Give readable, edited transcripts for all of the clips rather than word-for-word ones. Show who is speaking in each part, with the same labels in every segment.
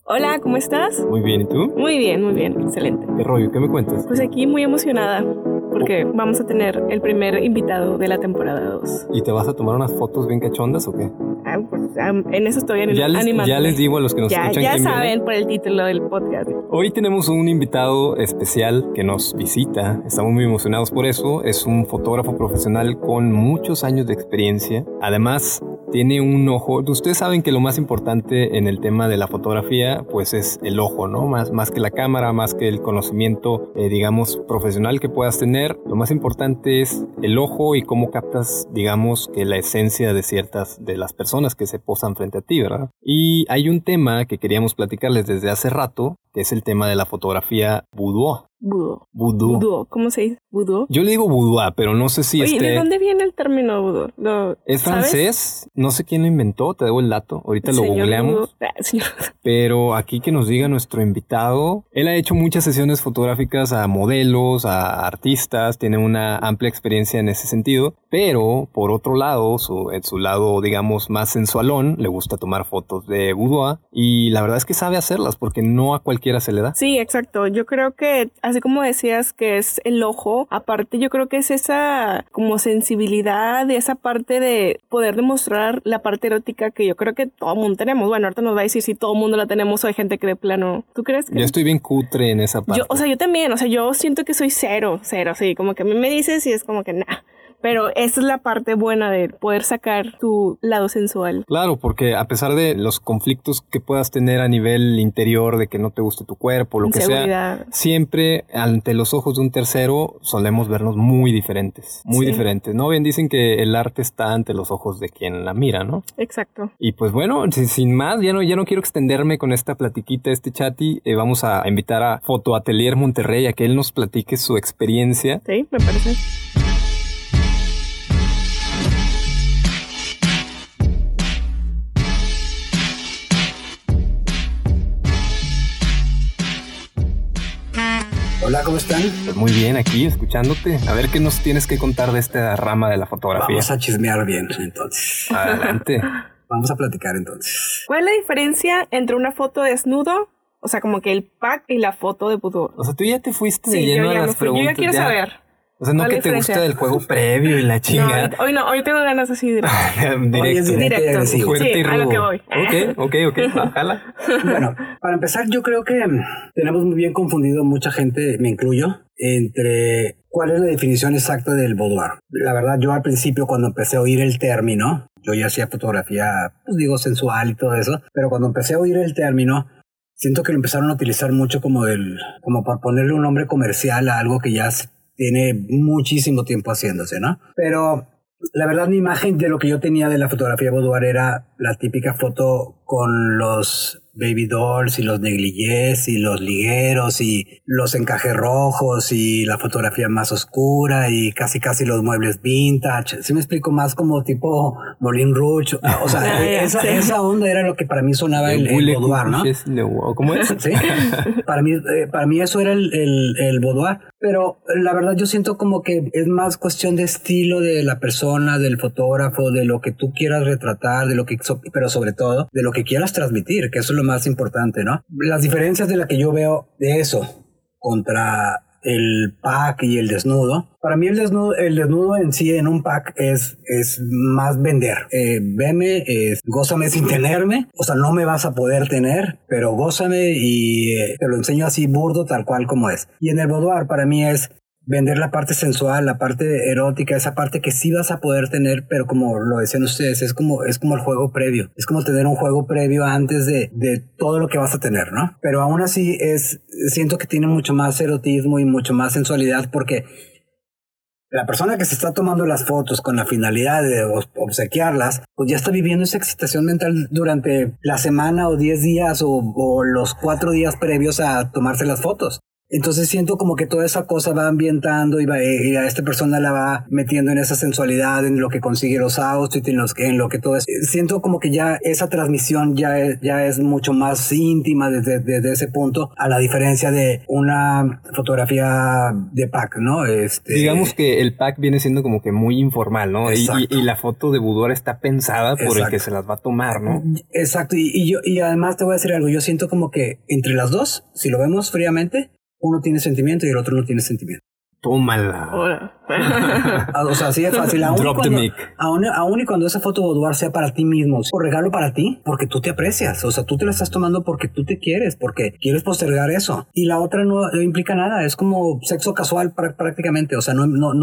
Speaker 1: Hola, ¿cómo estás?
Speaker 2: Muy bien, ¿y tú?
Speaker 1: Muy bien, excelente.
Speaker 2: ¿Qué rollo? ¿Qué me cuentas?
Speaker 1: Pues aquí muy emocionada porque vamos a tener el primer invitado de la temporada 2.
Speaker 2: ¿Y te vas a tomar unas fotos bien cachondas o qué?
Speaker 1: En eso estoy animando.
Speaker 2: Ya les digo a los que nos escuchan
Speaker 1: ya
Speaker 2: quién
Speaker 1: saben
Speaker 2: viene.
Speaker 1: por el título del podcast.
Speaker 2: Hoy tenemos un invitado especial que nos visita. Estamos muy emocionados por eso. Es un fotógrafo profesional con muchos años de experiencia. Además, tiene un ojo. Ustedes saben que lo más importante en el tema de la fotografía, pues es el ojo, ¿no? Más que la cámara, más que el conocimiento, digamos, profesional que puedas tener. Lo más importante es el ojo y cómo captas, digamos, que la esencia de ciertas de las personas que se posan frente a ti, ¿verdad? Y hay un tema que queríamos platicarles desde hace rato, que es el tema de la fotografía boudoir.
Speaker 1: Boudoir. ¿Cómo se dice? Boudoir.
Speaker 2: Yo le digo boudoir, pero no sé si
Speaker 1: Oye, ¿de dónde viene el término boudoir?
Speaker 2: Es francés, no sé quién lo inventó, te debo el dato, ahorita lo googleamos. Pero aquí que nos diga nuestro invitado, él ha hecho muchas sesiones fotográficas a modelos, a artistas, tiene una amplia experiencia en ese sentido, pero por otro lado, en su lado, digamos, más sensualón, le gusta tomar fotos de boudoir y la verdad es que sabe hacerlas porque no a cualquiera se le da.
Speaker 1: Sí, exacto. Yo creo que, así como decías que es el ojo, aparte yo creo que es esa como sensibilidad, esa parte de poder demostrar la parte erótica que yo creo que todo el mundo tenemos. Bueno, ahorita nos va a decir si todo el mundo la tenemos o hay gente que de plano... ¿Tú crees que...?
Speaker 2: Yo estoy bien cutre en esa parte.
Speaker 1: Yo también, yo siento que soy cero, sí, como que a mí me dices y es como que nah. Pero esa es la parte buena de poder sacar tu lado sensual.
Speaker 2: Claro, porque a pesar de los conflictos que puedas tener a nivel interior, de que no te guste tu cuerpo, lo que sea, siempre ante los ojos de un tercero solemos vernos muy diferentes, diferentes, ¿no? Bien dicen que el arte está ante los ojos de quien la mira, ¿no?
Speaker 1: Exacto.
Speaker 2: Y pues bueno, sin más, ya no quiero extenderme con esta platiquita, chati. Vamos a invitar a Foto Atelier Monterrey a que él nos platique su experiencia.
Speaker 1: Sí, me parece.
Speaker 3: Hola, ¿cómo están?
Speaker 2: Pues muy bien, aquí escuchándote. A ver qué nos tienes que contar de esta rama de la fotografía.
Speaker 3: Vamos a chismear bien, entonces.
Speaker 2: Adelante.
Speaker 3: Vamos a platicar entonces.
Speaker 1: ¿Cuál es la diferencia entre una foto desnudo, o sea, como que el pack y la foto de boudoir?
Speaker 2: O sea, tú ya te fuiste de lleno a las preguntas.
Speaker 1: Yo ya quiero saber.
Speaker 2: O sea, no que te gusta del juego previo y la chingada.
Speaker 1: No, hoy tengo ganas así
Speaker 2: directo.
Speaker 1: Sí,
Speaker 2: fuerte y rudo.
Speaker 1: a lo que voy.
Speaker 2: Ok, bájala.
Speaker 3: Bueno, para empezar, yo creo que tenemos muy bien confundido mucha gente, me incluyo, entre cuál es la definición exacta del boudoir. La verdad, yo al principio cuando empecé a oír el término, yo ya hacía fotografía, pues digo, sensual y todo eso, pero cuando empecé a oír el término, siento que lo empezaron a utilizar mucho como para ponerle un nombre comercial a algo que ya tiene muchísimo tiempo haciéndose, ¿no? Pero la verdad, mi imagen de lo que yo tenía de la fotografía boudoir era la típica foto con los baby dolls y los negligés y los ligueros y los encajes rojos y la fotografía más oscura y casi los muebles vintage. ¿Sí me explico? Más como tipo Moulin Rouge. O sea, esa onda era lo que para mí sonaba el boudoir, ¿no?
Speaker 2: ¿Cómo es?
Speaker 3: Sí. Para mí eso era el boudoir. Pero la verdad yo siento como que es más cuestión de estilo de la persona, del fotógrafo, de lo que tú quieras retratar, pero sobre todo de lo que quieras transmitir, que eso es lo más importante, ¿no? Las diferencias de la que yo veo de eso contra el pack y el desnudo. Para mí el desnudo en sí en un pack es más vender. Veme, gózame sin tenerme. O sea, no me vas a poder tener, pero gózame y te lo enseño así burdo, tal cual como es. Y en el boudoir para mí es vender la parte sensual, la parte erótica, esa parte que sí vas a poder tener, pero como lo decían ustedes, es como el juego previo. Es como tener un juego previo antes de todo lo que vas a tener, ¿no? Pero aún así siento que tiene mucho más erotismo y mucho más sensualidad porque la persona que se está tomando las fotos con la finalidad de obsequiarlas, pues ya está viviendo esa excitación mental durante la semana o 10 días o los 4 días previos a tomarse las fotos. Entonces siento como que toda esa cosa va ambientando y a esta persona la va metiendo en esa sensualidad, en lo que consigue los outfits, en lo que todo es. Siento como que ya esa transmisión ya es mucho más íntima desde ese punto, a la diferencia de una fotografía de pack, ¿no?
Speaker 2: Digamos que el pack viene siendo como que muy informal, ¿no? Y la foto de boudoir está pensada por el que se las va a tomar, ¿no?
Speaker 3: Exacto. Y además te voy a decir algo. Yo siento como que entre las dos, si lo vemos fríamente, uno tiene sentimiento y el otro no tiene sentimiento.
Speaker 2: Tómala.
Speaker 3: O sea, así de fácil. Aún y cuando esa foto boudoir sea para ti mismo, o regalo para ti, porque tú te aprecias. O sea, tú te la estás tomando porque tú te quieres, porque quieres postergar eso. Y la otra no implica nada. Es como sexo casual prácticamente. O sea,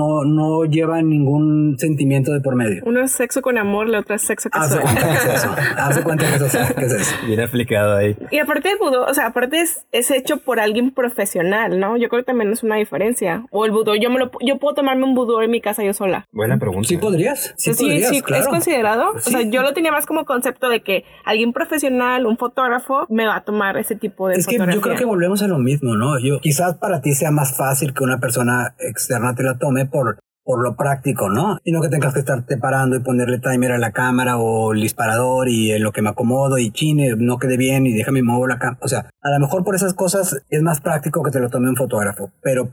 Speaker 3: no lleva ningún sentimiento de por medio.
Speaker 1: Uno es sexo con amor, la otra es sexo casual.
Speaker 3: Haz de cuenta que es eso.
Speaker 2: Bien aplicado ahí.
Speaker 1: Y aparte el boudoir, o sea, aparte es hecho por alguien profesional, ¿no? Yo creo que también es una diferencia. O el boudoir, yo puedo tomarme un boudoir en mi casa yo sola.
Speaker 2: Buena pregunta.
Speaker 3: Sí podrías.
Speaker 1: Sí,
Speaker 3: claro.
Speaker 1: ¿Es considerado?
Speaker 3: Sí.
Speaker 1: O sea, yo lo tenía más como concepto de que alguien profesional, un fotógrafo, me va a tomar ese tipo de fotografía.
Speaker 3: Es que yo creo que volvemos a lo mismo, ¿no? Quizás para ti sea más fácil que una persona externa te la tome por lo práctico, ¿no? Y no que tengas que estarte parando y ponerle timer a la cámara o el disparador y en lo que me acomodo y chine, no quede bien y déjame mover la cámara. O sea, a lo mejor por esas cosas es más práctico que te lo tome un fotógrafo, pero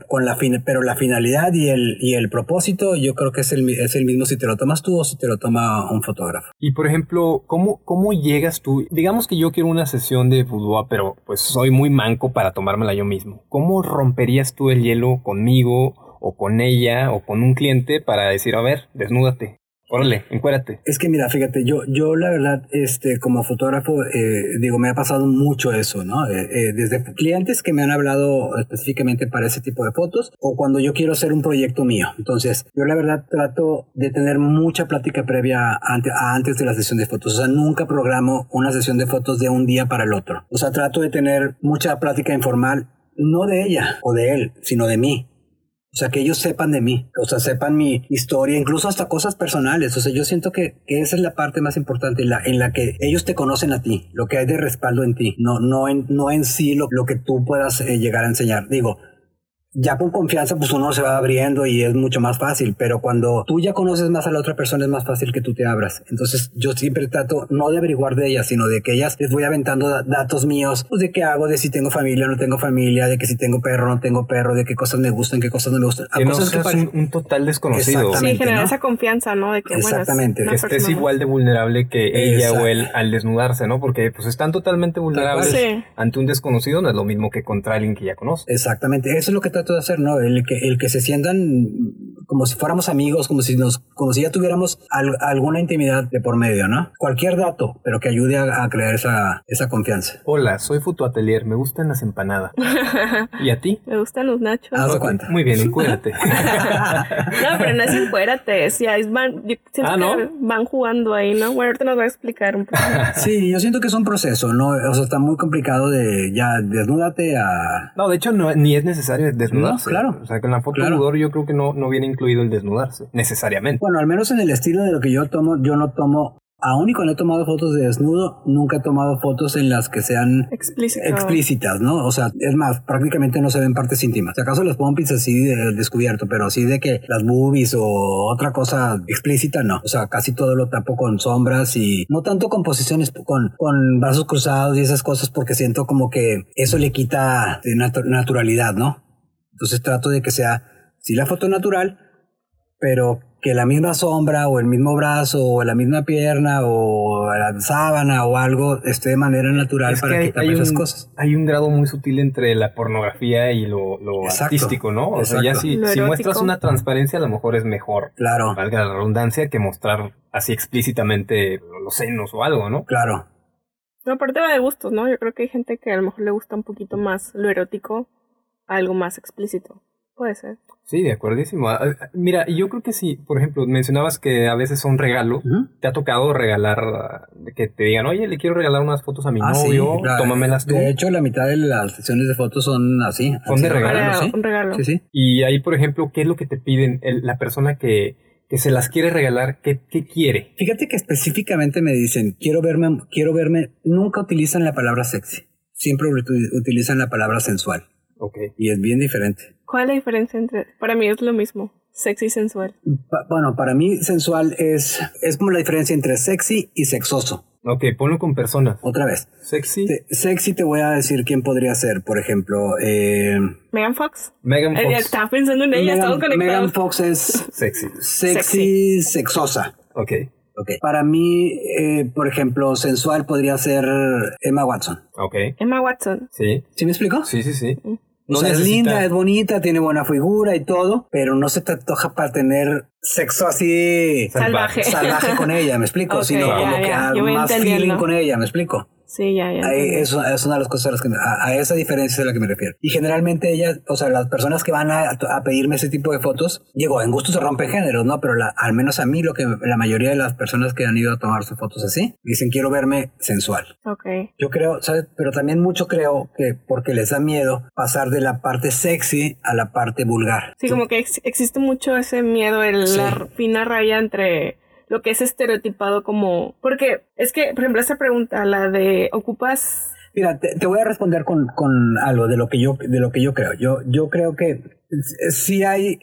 Speaker 3: la finalidad y el propósito yo creo que es el mismo si te lo tomas tú o si te lo toma un fotógrafo.
Speaker 2: Y por ejemplo, ¿cómo llegas tú? Digamos que yo quiero una sesión de boudoir, pero pues soy muy manco para tomármela yo mismo. ¿Cómo romperías tú el hielo conmigo o con ella o con un cliente para decir, a ver, desnúdate, órale, encuérate?
Speaker 3: Es que mira, fíjate, yo la verdad, como fotógrafo, me ha pasado mucho eso, ¿no? Desde clientes que me han hablado específicamente para ese tipo de fotos o cuando yo quiero hacer un proyecto mío. Entonces, yo la verdad trato de tener mucha plática previa antes de la sesión de fotos. O sea, nunca programo una sesión de fotos de un día para el otro. O sea, trato de tener mucha plática informal, no de ella o de él, sino de mí. O sea, que ellos sepan de mí, o sea, sepan mi historia, incluso hasta cosas personales. O sea, yo siento que esa es la parte más importante, en la que ellos te conocen a ti, lo que hay de respaldo en ti, no en sí lo que tú puedas llegar a enseñar. Digo, ya con confianza pues uno se va abriendo y es mucho más fácil, pero cuando tú ya conoces más a la otra persona es más fácil que tú te abras. Entonces yo siempre trato no de averiguar de ellas, sino de que ellas les voy aventando datos míos, pues de qué hago, de si tengo familia o no tengo familia, de que si tengo perro o no tengo perro, de qué cosas me gustan, qué cosas no me gustan.
Speaker 2: Que no seas un total desconocido.
Speaker 1: Sí, generar
Speaker 3: ¿no?
Speaker 1: esa confianza, ¿no? De que,
Speaker 3: exactamente.
Speaker 2: Que estés igual de vulnerable que ella o él al desnudarse, ¿no? Porque pues están totalmente vulnerables ante un desconocido, no es lo mismo que contra alguien que ya conoce.
Speaker 3: Exactamente, eso es lo que trato de hacer, ¿no? El que se sientan como si fuéramos amigos, como si ya tuviéramos alguna intimidad de por medio, ¿no? Cualquier dato, pero que ayude a crear esa confianza.
Speaker 2: Hola, soy fotoatelier, me gustan las empanadas. ¿Y a ti?
Speaker 1: Me gustan los nachos.
Speaker 3: Haz de cuenta.
Speaker 2: Muy bien, encuérdate.
Speaker 1: No, pero no es encuérate, van jugando ahí, ¿no? Bueno, ahorita nos va a explicar un poco.
Speaker 3: Sí, yo siento que es un proceso, ¿no? O sea, está muy complicado de ya desnúdate a...
Speaker 2: No, de hecho ni es necesario desnudarse.
Speaker 3: No, claro.
Speaker 2: O sea, que en la foto boudoir yo creo que no viene incluido el desnudarse, necesariamente.
Speaker 3: Bueno, al menos en el estilo de lo que yo tomo, yo no tomo... Aún y cuando he tomado fotos de desnudo, nunca he tomado fotos en las que sean explícitas, ¿no? O sea, es más, prácticamente no se ven partes íntimas. Si acaso las pompis así descubierto, pero así de que las boobies o otra cosa explícita, no. O sea, casi todo lo tapo con sombras y no tanto con posiciones, con brazos cruzados y esas cosas, porque siento como que eso le quita de naturalidad, ¿no? Entonces trato de que sea, sí, la foto natural, pero que la misma sombra o el mismo brazo o la misma pierna o la sábana o algo esté de manera natural para que tape esas cosas.
Speaker 2: Hay un grado muy sutil entre la pornografía y lo artístico, ¿no? O sea, ya si muestras una transparencia, a lo mejor es mejor,
Speaker 3: claro,
Speaker 2: valga la redundancia, que mostrar así explícitamente los senos o algo, ¿no?
Speaker 3: Claro.
Speaker 1: No, aparte va de gustos, ¿no? Yo creo que hay gente que a lo mejor le gusta un poquito más lo erótico a algo más explícito. Puede ser.
Speaker 2: Sí, de acuerdísimo. Mira, yo creo que sí, por ejemplo, mencionabas que a veces son regalos. ¿Te ha tocado regalar, que te digan, oye, le quiero regalar unas fotos a mi novio,
Speaker 3: sí,
Speaker 2: tómamelas tú?
Speaker 3: De hecho, la mitad de las sesiones de fotos son así.
Speaker 2: Son de regalo,
Speaker 1: ¿sí? Un regalo.
Speaker 3: Sí, sí.
Speaker 2: Y ahí, por ejemplo, ¿qué es lo que te piden la persona que se las quiere regalar? ¿Qué quiere?
Speaker 3: Fíjate que específicamente me dicen, quiero verme, nunca utilizan la palabra sexy. Siempre utilizan la palabra sensual.
Speaker 2: Ok.
Speaker 3: Y es bien diferente.
Speaker 1: ¿Cuál es la diferencia entre...? Para mí es lo mismo, sexy y sensual.
Speaker 3: Bueno, para mí sensual es como la diferencia entre sexy y sexoso.
Speaker 2: Ok, ponlo con personas.
Speaker 3: Otra vez.
Speaker 2: Sexy.
Speaker 3: Sexy te voy a decir quién podría ser. Por ejemplo,
Speaker 1: Megan Fox.
Speaker 2: Megan Fox.
Speaker 1: Estaba pensando en ella, estamos conectados.
Speaker 3: Megan Fox es
Speaker 2: Sexy.
Speaker 3: sexosa.
Speaker 2: Ok.
Speaker 3: Okay. Para mí, por ejemplo, sensual podría ser Emma Watson.
Speaker 2: Ok.
Speaker 1: Emma Watson.
Speaker 2: Sí.
Speaker 3: ¿Sí me explico?
Speaker 2: Sí.
Speaker 3: O sea, es linda, es bonita, tiene buena figura y todo, pero no se te antoja para tener sexo así
Speaker 1: Salvaje
Speaker 3: con ella, ¿me explico?
Speaker 1: Okay,
Speaker 3: Sino como que más feeling con ella, ¿me explico?
Speaker 1: Sí, ya.
Speaker 3: Eso es una de las cosas a las que a esa diferencia es a la que me refiero. Y generalmente ellas, o sea, las personas que van a pedirme ese tipo de fotos, digo, en gusto se rompen géneros, ¿no? Pero al menos a mí, lo que la mayoría de las personas que han ido a tomarse fotos así, dicen, quiero verme sensual.
Speaker 1: Ok.
Speaker 3: Yo creo, ¿sabes? Pero también mucho creo que porque les da miedo pasar de la parte sexy a la parte vulgar.
Speaker 1: Sí, como que existe mucho ese miedo, la fina raya entre lo que es estereotipado como... Porque es que, por ejemplo, esta pregunta, la de ¿ocupas...?
Speaker 3: Mira, te voy a responder con algo de lo que yo creo. Yo creo que sí hay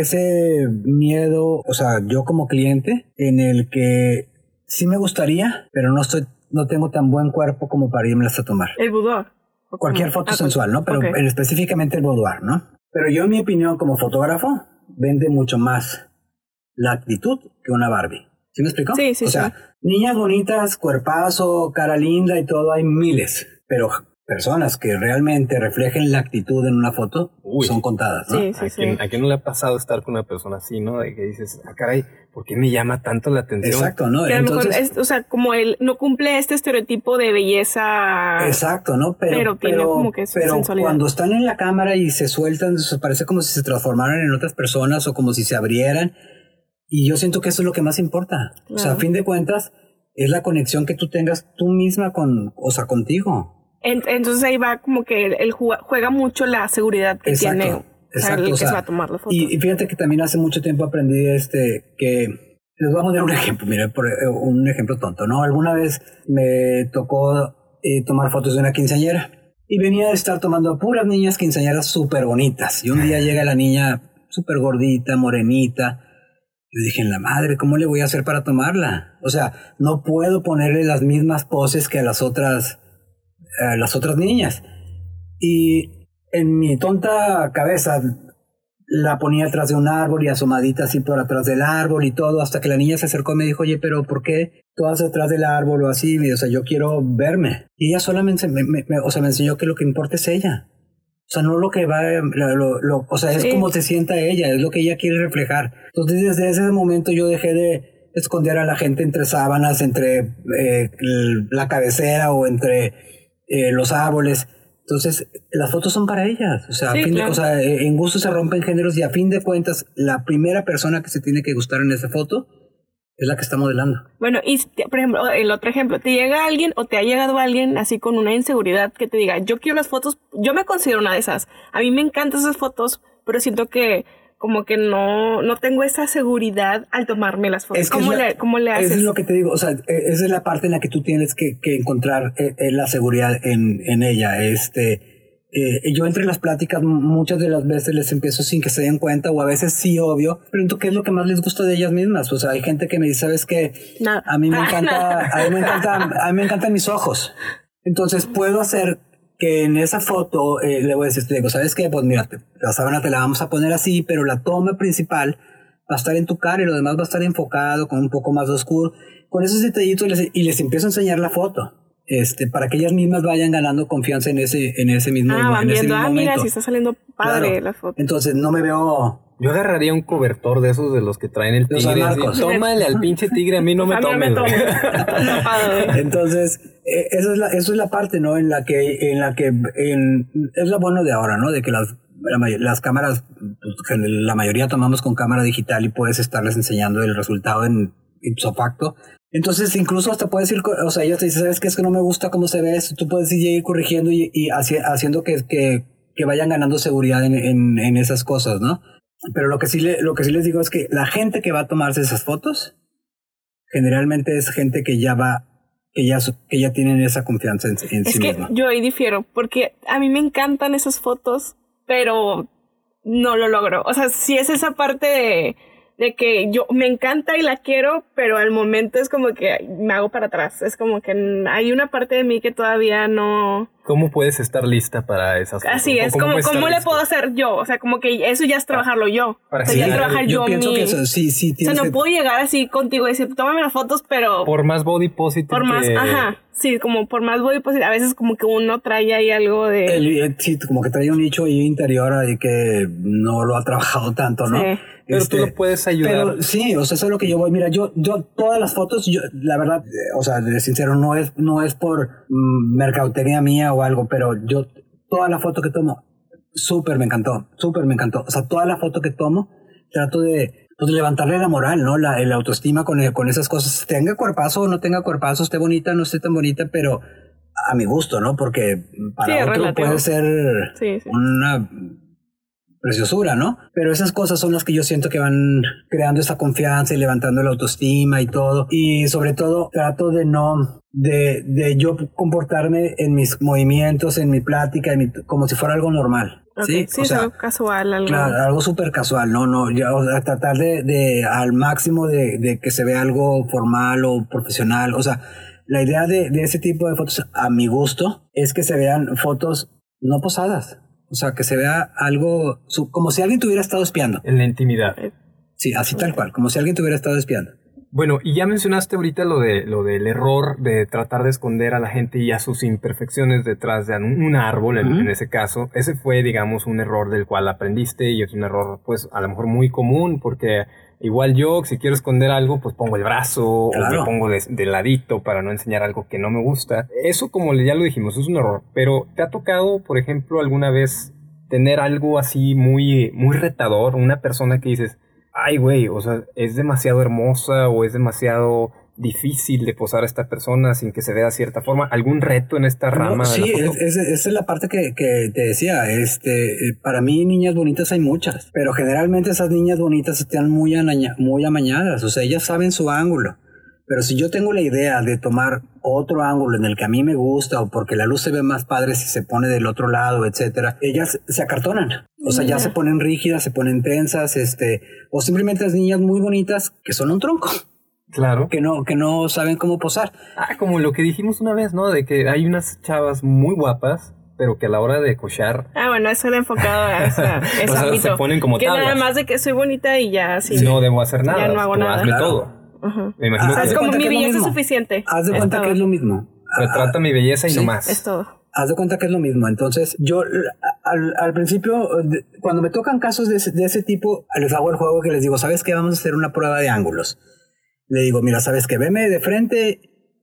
Speaker 3: ese miedo, o sea, yo como cliente, en el que sí me gustaría, pero no tengo tan buen cuerpo como para irmelas a tomar.
Speaker 1: El boudoir.
Speaker 3: Cualquier foto sensual, ¿no? Pero específicamente el boudoir, ¿no? Pero yo, en mi opinión, como fotógrafo, vende mucho más la actitud que una Barbie. ¿Sí me explico?
Speaker 1: Sí.
Speaker 3: O sea, niñas bonitas, cuerpazo, cara linda y todo, hay miles. Pero personas que realmente reflejen la actitud en una foto son contadas, ¿no?
Speaker 2: ¿A quién no le ha pasado estar con una persona así, no? De que dices, caray, ¿por qué me llama tanto la atención?
Speaker 3: Exacto, ¿no?
Speaker 1: Que a lo mejor o sea, como él no cumple este estereotipo de belleza.
Speaker 3: Exacto, ¿no? Pero
Speaker 1: tiene como que su sensualidad.
Speaker 3: Cuando están en la cámara y se sueltan, parece como si se transformaran en otras personas o como si se abrieran. Y yo siento que eso es lo que más importa. Claro. O sea, a fin de cuentas, es la conexión que tú tengas tú misma contigo.
Speaker 1: Entonces ahí va como que él juega mucho la seguridad que tiene.
Speaker 3: Exacto.
Speaker 1: El que se va a tomar la foto.
Speaker 3: Y fíjate que también hace mucho tiempo aprendí que... Les voy a poner un ejemplo, mira, un ejemplo tonto, ¿no? Alguna vez me tocó tomar fotos de una quinceañera y venía de estar tomando puras niñas quinceañeras súper bonitas. Y un día llega la niña súper gordita, morenita. Yo dije, en la madre, ¿cómo le voy a hacer para tomarla? O sea, no puedo ponerle las mismas poses que a las otras niñas. Y en mi tonta cabeza la ponía atrás de un árbol y asomadita así por atrás del árbol y todo, hasta que la niña se acercó y me dijo, oye, pero ¿por qué todas atrás del árbol o así? O sea, yo quiero verme. Y ella solamente me enseñó que lo que importa es ella. O sea, no lo que va, o sea, es como se sienta ella, es lo que ella quiere reflejar. Entonces, desde ese momento yo dejé de esconder a la gente entre sábanas, entre la cabecera o entre los árboles. Entonces, las fotos son para ellas. O sea, en gusto se rompen géneros y a fin de cuentas, la primera persona que se tiene que gustar en esa foto es la que está modelando.
Speaker 1: Bueno, y por ejemplo, el otro ejemplo, te llega alguien o te ha llegado alguien así con una inseguridad que te diga, yo quiero las fotos, yo me considero una de esas. A mí me encantan esas fotos, pero siento que como que no tengo esa seguridad al tomarme las fotos. ¿Cómo le haces?
Speaker 3: Es lo que te digo, o sea, esa es la parte en la que tú tienes que encontrar la seguridad en ella. Yo entre las pláticas muchas de las veces les empiezo sin que se den cuenta o a veces sí, obvio, pregunto qué es lo que más les gusta de ellas mismas. O sea, hay gente que me dice, ¿sabes qué?
Speaker 1: Nada.
Speaker 3: A mí me encantan mis ojos. Entonces puedo hacer que en esa foto le voy a decir, ¿sabes qué? Pues mira, la sábana te la vamos a poner así, pero la toma principal va a estar en tu cara y lo demás va a estar enfocado con un poco más de oscuro. Con esos detallitos les empiezo a enseñar la foto. Para que ellas mismas vayan ganando confianza en ese mismo momento.
Speaker 1: Mira, si está saliendo padre
Speaker 3: claro.
Speaker 1: La foto.
Speaker 3: Entonces no me veo...
Speaker 2: Yo agarraría un cobertor de esos de los que traen el tigre. Así, tómale al pinche tigre, a mí no me tomes.
Speaker 3: Entonces, eso es la parte, ¿no? En la que es lo bueno de ahora, ¿no? De que las cámaras, pues, la mayoría tomamos con cámara digital y puedes estarles enseñando el resultado en ipso facto. Entonces, incluso hasta puedes ir, o sea, ella te dice, ¿sabes qué? Es que no me gusta cómo se ve esto. Tú puedes ir corrigiendo y haciendo que vayan ganando seguridad en esas cosas, ¿no? Pero lo que sí les digo es que la gente que va a tomarse esas fotos generalmente es gente que ya tienen esa confianza en sí misma.
Speaker 1: Es que yo ahí difiero, porque a mí me encantan esas fotos pero no lo logro. O sea, sí es esa parte de que yo me encanta y la quiero, pero al momento es como que me hago para atrás. Es como que hay una parte de mí que todavía no...
Speaker 2: ¿Cómo puedes estar lista para esas cosas?
Speaker 1: Así es, ¿cómo le puedo hacer yo? O sea, como que eso ya es trabajarlo yo.
Speaker 2: Para
Speaker 1: o sea, ya
Speaker 2: sí,
Speaker 1: trabajar yo
Speaker 3: pienso que eso, sí,
Speaker 1: o sea, no puedo llegar así contigo y decir, tómame las fotos, pero...
Speaker 2: Por más body positive
Speaker 1: por más, sí, como por más body positive. A veces como que uno trae ahí algo de...
Speaker 3: sí, como que trae un nicho ahí interior ahí que no lo ha trabajado tanto, ¿no?
Speaker 1: Sí.
Speaker 2: Pero tú lo puedes ayudar.
Speaker 3: Pero sí, o sea, eso es lo que yo voy. Mira, yo todas las fotos, la verdad, o sea, de sincero, no es por mercadotecnia mía o algo, pero yo, toda la foto que tomo, súper me encantó. O sea, toda la foto que tomo, trato de pues, levantarle la moral, ¿no? La autoestima con esas cosas. Tenga cuerpazo o no tenga cuerpazo, esté bonita, no esté tan bonita, pero a mi gusto, ¿no? Porque para otro relativo. Puede ser una preciosura, ¿no? Pero esas cosas son las que yo siento que van creando esa confianza y levantando la autoestima y todo. Y sobre todo trato de yo comportarme en mis movimientos, en mi plática, como si fuera algo normal.
Speaker 1: Okay, sí, o sea, algo casual.
Speaker 3: Claro, algo súper casual, ¿no? Yo, o sea, tratar de al máximo de que se vea algo formal o profesional. O sea, la idea de ese tipo de fotos, a mi gusto, es que se vean fotos no posadas. O sea, que se vea algo como si alguien te hubiera estado espiando.
Speaker 2: En la intimidad.
Speaker 3: Sí, así tal cual, como si alguien te hubiera estado espiando.
Speaker 2: Bueno, y ya mencionaste ahorita lo del error de tratar de esconder a la gente y a sus imperfecciones detrás de un árbol, en ese caso. Ese fue, digamos, un error del cual aprendiste y es un error, pues, a lo mejor muy común porque igual yo, si quiero esconder algo, pues pongo el brazo o me pongo de ladito para no enseñar algo que no me gusta. Eso, como ya lo dijimos, es un error. Pero ¿te ha tocado, por ejemplo, alguna vez tener algo así muy, muy retador? Una persona que dices, ay, güey, o sea, es demasiado hermosa o es demasiado difícil de posar a esta persona sin que se vea de cierta forma. ¿Algún reto en esta rama?
Speaker 3: Sí,
Speaker 2: de la foto?
Speaker 3: Esa es la parte que te decía. Para mí, niñas bonitas hay muchas, pero generalmente esas niñas bonitas están muy amañadas. O sea, ellas saben su ángulo. Pero si yo tengo la idea de tomar otro ángulo en el que a mí me gusta o porque la luz se ve más padre si se pone del otro lado, etcétera, ellas se acartonan. O sea, ya se ponen rígidas, se ponen tensas, o simplemente las niñas muy bonitas que son un tronco.
Speaker 2: Claro.
Speaker 3: Que no saben cómo posar.
Speaker 2: Como lo que dijimos una vez, ¿no? De que hay unas chavas muy guapas, pero que a la hora de cochar...
Speaker 1: bueno, eso era enfocado a ese ámbito.
Speaker 2: Se ponen como tablas.
Speaker 1: Que nada más de que soy bonita y ya... Sí,
Speaker 2: no debo hacer nada.
Speaker 1: Ya no hago nada.
Speaker 2: Hazme todo.
Speaker 1: Me imagino que es como mi belleza es suficiente.
Speaker 3: Haz de cuenta que es lo mismo.
Speaker 2: Retrata mi belleza y no más.
Speaker 1: Es todo.
Speaker 3: Haz de cuenta que es lo mismo. Entonces, yo al principio, cuando me tocan casos de ese tipo, les hago el juego que les digo, ¿sabes qué? Vamos a hacer una prueba de ángulos. Le digo, mira, ¿sabes qué? Veme de frente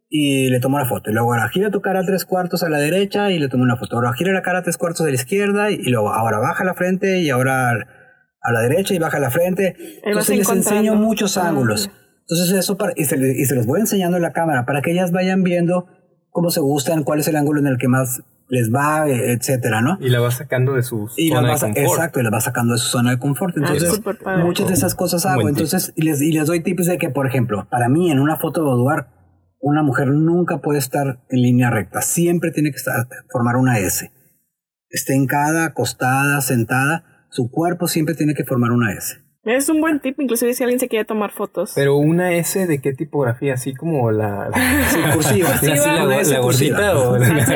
Speaker 3: y le tomo la foto. Y luego ahora gira tu cara 3/4 a la derecha y le tomo una foto. Ahora gira la cara 3/4 a la izquierda y luego ahora baja la frente y ahora a la derecha y baja la frente. Entonces les enseño muchos ángulos. Entonces eso y se los voy enseñando en la cámara para que ellas vayan viendo cómo se gustan, cuál es el ángulo en el que más les va, etcétera, ¿no?
Speaker 2: Y la vas sacando de su zona de confort.
Speaker 3: Exacto, y la vas sacando de su zona de confort. Entonces, muchas de esas cosas hago. Entonces, y les doy tips de que, por ejemplo, para mí en una foto de boudoir, una mujer nunca puede estar en línea recta. Siempre tiene que formar una S. Esté hincada, acostada, sentada, su cuerpo siempre tiene que formar una S.
Speaker 1: Es un buen tip, inclusive si alguien se quiere tomar fotos.
Speaker 2: Pero una S, ¿de qué tipografía? Así como la
Speaker 3: cursiva.
Speaker 2: ¿La gordita o la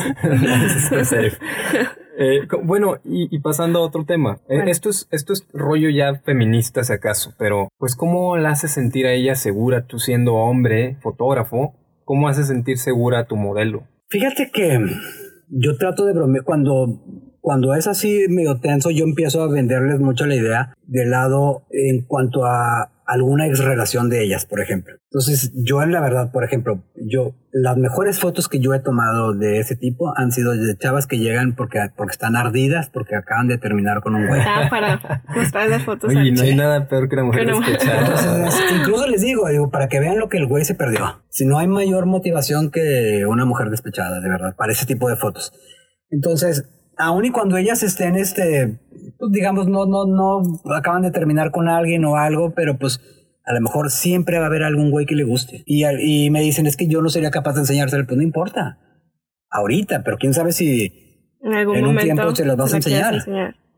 Speaker 2: serif? Bueno, y pasando a otro tema. Esto es rollo ya feminista, si acaso, pero pues ¿cómo la haces sentir a ella segura, tú siendo hombre, fotógrafo? ¿Cómo haces sentir segura a tu modelo?
Speaker 3: Fíjate que yo trato de bromear cuando es así medio tenso, yo empiezo a venderles mucho la idea del lado en cuanto a alguna ex relación de ellas, por ejemplo. Entonces, yo en la verdad, por ejemplo, las mejores fotos que yo he tomado de ese tipo han sido de chavas que llegan porque están ardidas, porque acaban de terminar con un güey.
Speaker 1: Para mostrar las fotos.
Speaker 2: Oye, no hay nada peor que una mujer despechada.
Speaker 3: Entonces, incluso les digo, para que vean lo que el güey se perdió. Si no hay mayor motivación que una mujer despechada, de verdad, para ese tipo de fotos. Entonces, aun y cuando ellas estén, pues digamos, no acaban de terminar con alguien o algo, pero pues a lo mejor siempre va a haber algún güey que le guste. Y me dicen, es que yo no sería capaz de enseñárselo, pues no importa. Ahorita, pero quién sabe si en un tiempo se los vas a enseñar.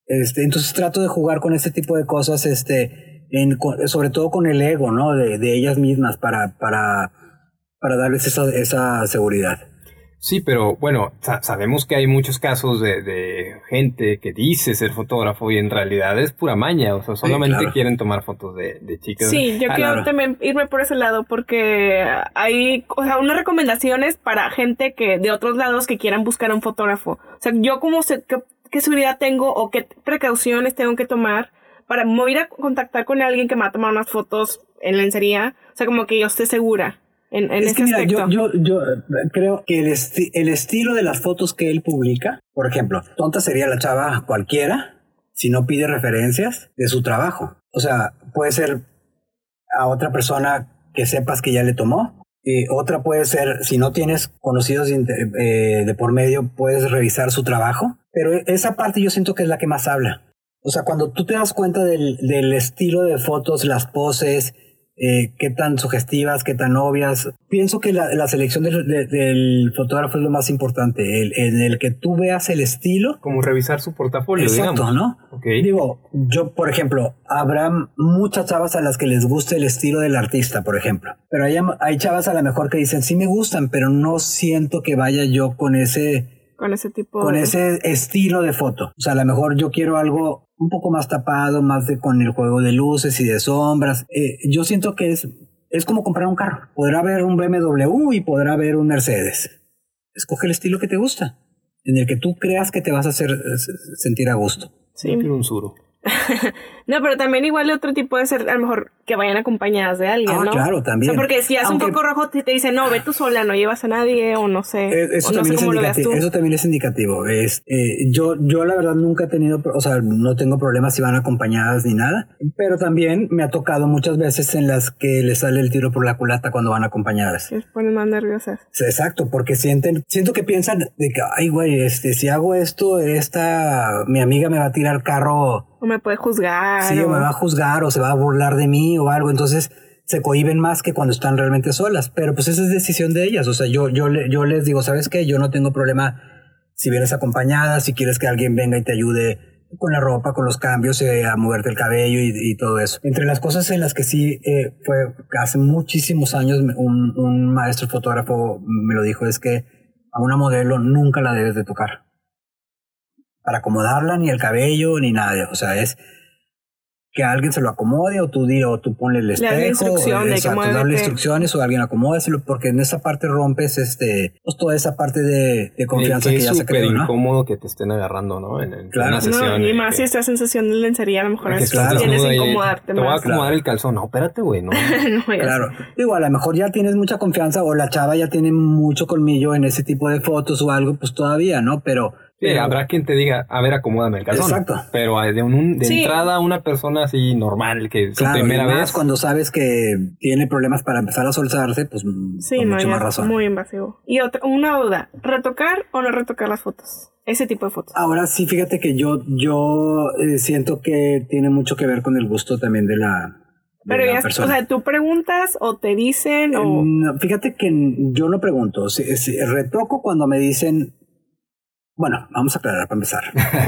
Speaker 3: Entonces trato de jugar con este tipo de cosas, sobre todo con el ego, ¿no? De ellas mismas para darles esa seguridad.
Speaker 2: Sí, pero bueno, sabemos que hay muchos casos de gente que dice ser fotógrafo y en realidad es pura maña, o sea, solamente quieren tomar fotos de chicas.
Speaker 1: Sí, yo quiero también irme por ese lado porque hay, o sea, unas recomendaciones para gente que de otros lados que quieran buscar a un fotógrafo. O sea, yo como sé qué seguridad tengo o qué precauciones tengo que tomar para ir a contactar con alguien que me va a tomar unas fotos en lencería, o sea, como que yo esté segura. Es que mira,
Speaker 3: yo creo que el estilo de las fotos que él publica, por ejemplo, tonta sería la chava cualquiera si no pide referencias de su trabajo. O sea, puede ser a otra persona que sepas que ya le tomó. Otra puede ser, si no tienes conocidos de por medio, puedes revisar su trabajo. Pero esa parte yo siento que es la que más habla. O sea, cuando tú te das cuenta del estilo de fotos, las poses, qué tan sugestivas, qué tan obvias. Pienso que la selección del fotógrafo es lo más importante, en el que tú veas el estilo.
Speaker 2: Como revisar su portafolio,
Speaker 3: exacto,
Speaker 2: digamos.
Speaker 3: ¿no?
Speaker 2: Okay.
Speaker 3: Digo, yo, por ejemplo, habrá muchas chavas a las que les guste el estilo del artista, por ejemplo. Pero hay chavas a lo mejor que dicen, sí me gustan, pero no siento que vaya yo con ese estilo de foto. O sea, a lo mejor yo quiero algo un poco más tapado, más con el juego de luces y de sombras. Yo siento que es como comprar un carro. Podrá haber un BMW y podrá haber un Mercedes. Escoge el estilo que te gusta, en el que tú creas que te vas a hacer sentir a gusto.
Speaker 2: Sí. Yo quiero un Suro.
Speaker 1: No, pero también igual otro tipo de ser, a lo mejor que vayan acompañadas de alguien, ¿no?
Speaker 3: Claro, también.
Speaker 1: O sea, porque si haces un poco rojo te dicen, no, ve tú sola, no llevas a nadie, o no sé.
Speaker 3: Eso también es indicativo. Yo la verdad nunca he tenido, o sea, no tengo problemas si van acompañadas ni nada, pero también me ha tocado muchas veces en las que les sale el tiro por la culata cuando van acompañadas.
Speaker 1: Se ponen más nerviosas.
Speaker 3: Exacto, porque siento que piensan de que, ay, güey, si hago esto, mi amiga me va a tirar carro.
Speaker 1: O me puede juzgar.
Speaker 3: Sí, o me va a juzgar o se va a burlar de mí o algo. Entonces se cohíben más que cuando están realmente solas. Pero pues esa es decisión de ellas. O sea, yo les digo, ¿sabes qué? Yo no tengo problema si vienes acompañada, si quieres que alguien venga y te ayude con la ropa, con los cambios, a moverte el cabello y todo eso. Entre las cosas en las que sí fue hace muchísimos años un maestro fotógrafo me lo dijo, es que a una modelo nunca la debes de tocar. Para acomodarla, ni el cabello, ni nada. O sea, es que alguien se lo acomode o tú ponle el espejo. Darle instrucciones o alguien acomódaselo, porque en esa parte rompes pues toda esa parte de confianza que ya se creó, ¿no?
Speaker 2: Es súper incómodo que te estén agarrando, ¿no? En una sesión.
Speaker 1: No, y más si esta sensación de lencería, a lo mejor tienes que incomodarte
Speaker 2: más. Te voy a acomodar el calzón. No, espérate, güey, no.
Speaker 3: Claro. Digo, a lo mejor ya tienes mucha confianza o la chava ya tiene mucho colmillo en ese tipo de fotos o algo, pues todavía, ¿no? Pero
Speaker 2: habrá quien te diga, a ver, acomódame el calzón.
Speaker 3: Exacto.
Speaker 2: Pero de entrada, una persona así normal, que es su primera vez.
Speaker 3: Cuando sabes que tiene problemas para empezar a soltarse, pues con mucho más razón.
Speaker 1: Muy invasivo. Y una duda, ¿retocar o no retocar las fotos? Ese tipo de fotos.
Speaker 3: Ahora sí, fíjate que yo siento que tiene mucho que ver con el gusto también de la persona.
Speaker 1: O sea, ¿tú preguntas o te dicen o...?
Speaker 3: No, fíjate que yo no pregunto. Retoco cuando me dicen... Bueno, vamos a aclarar para empezar.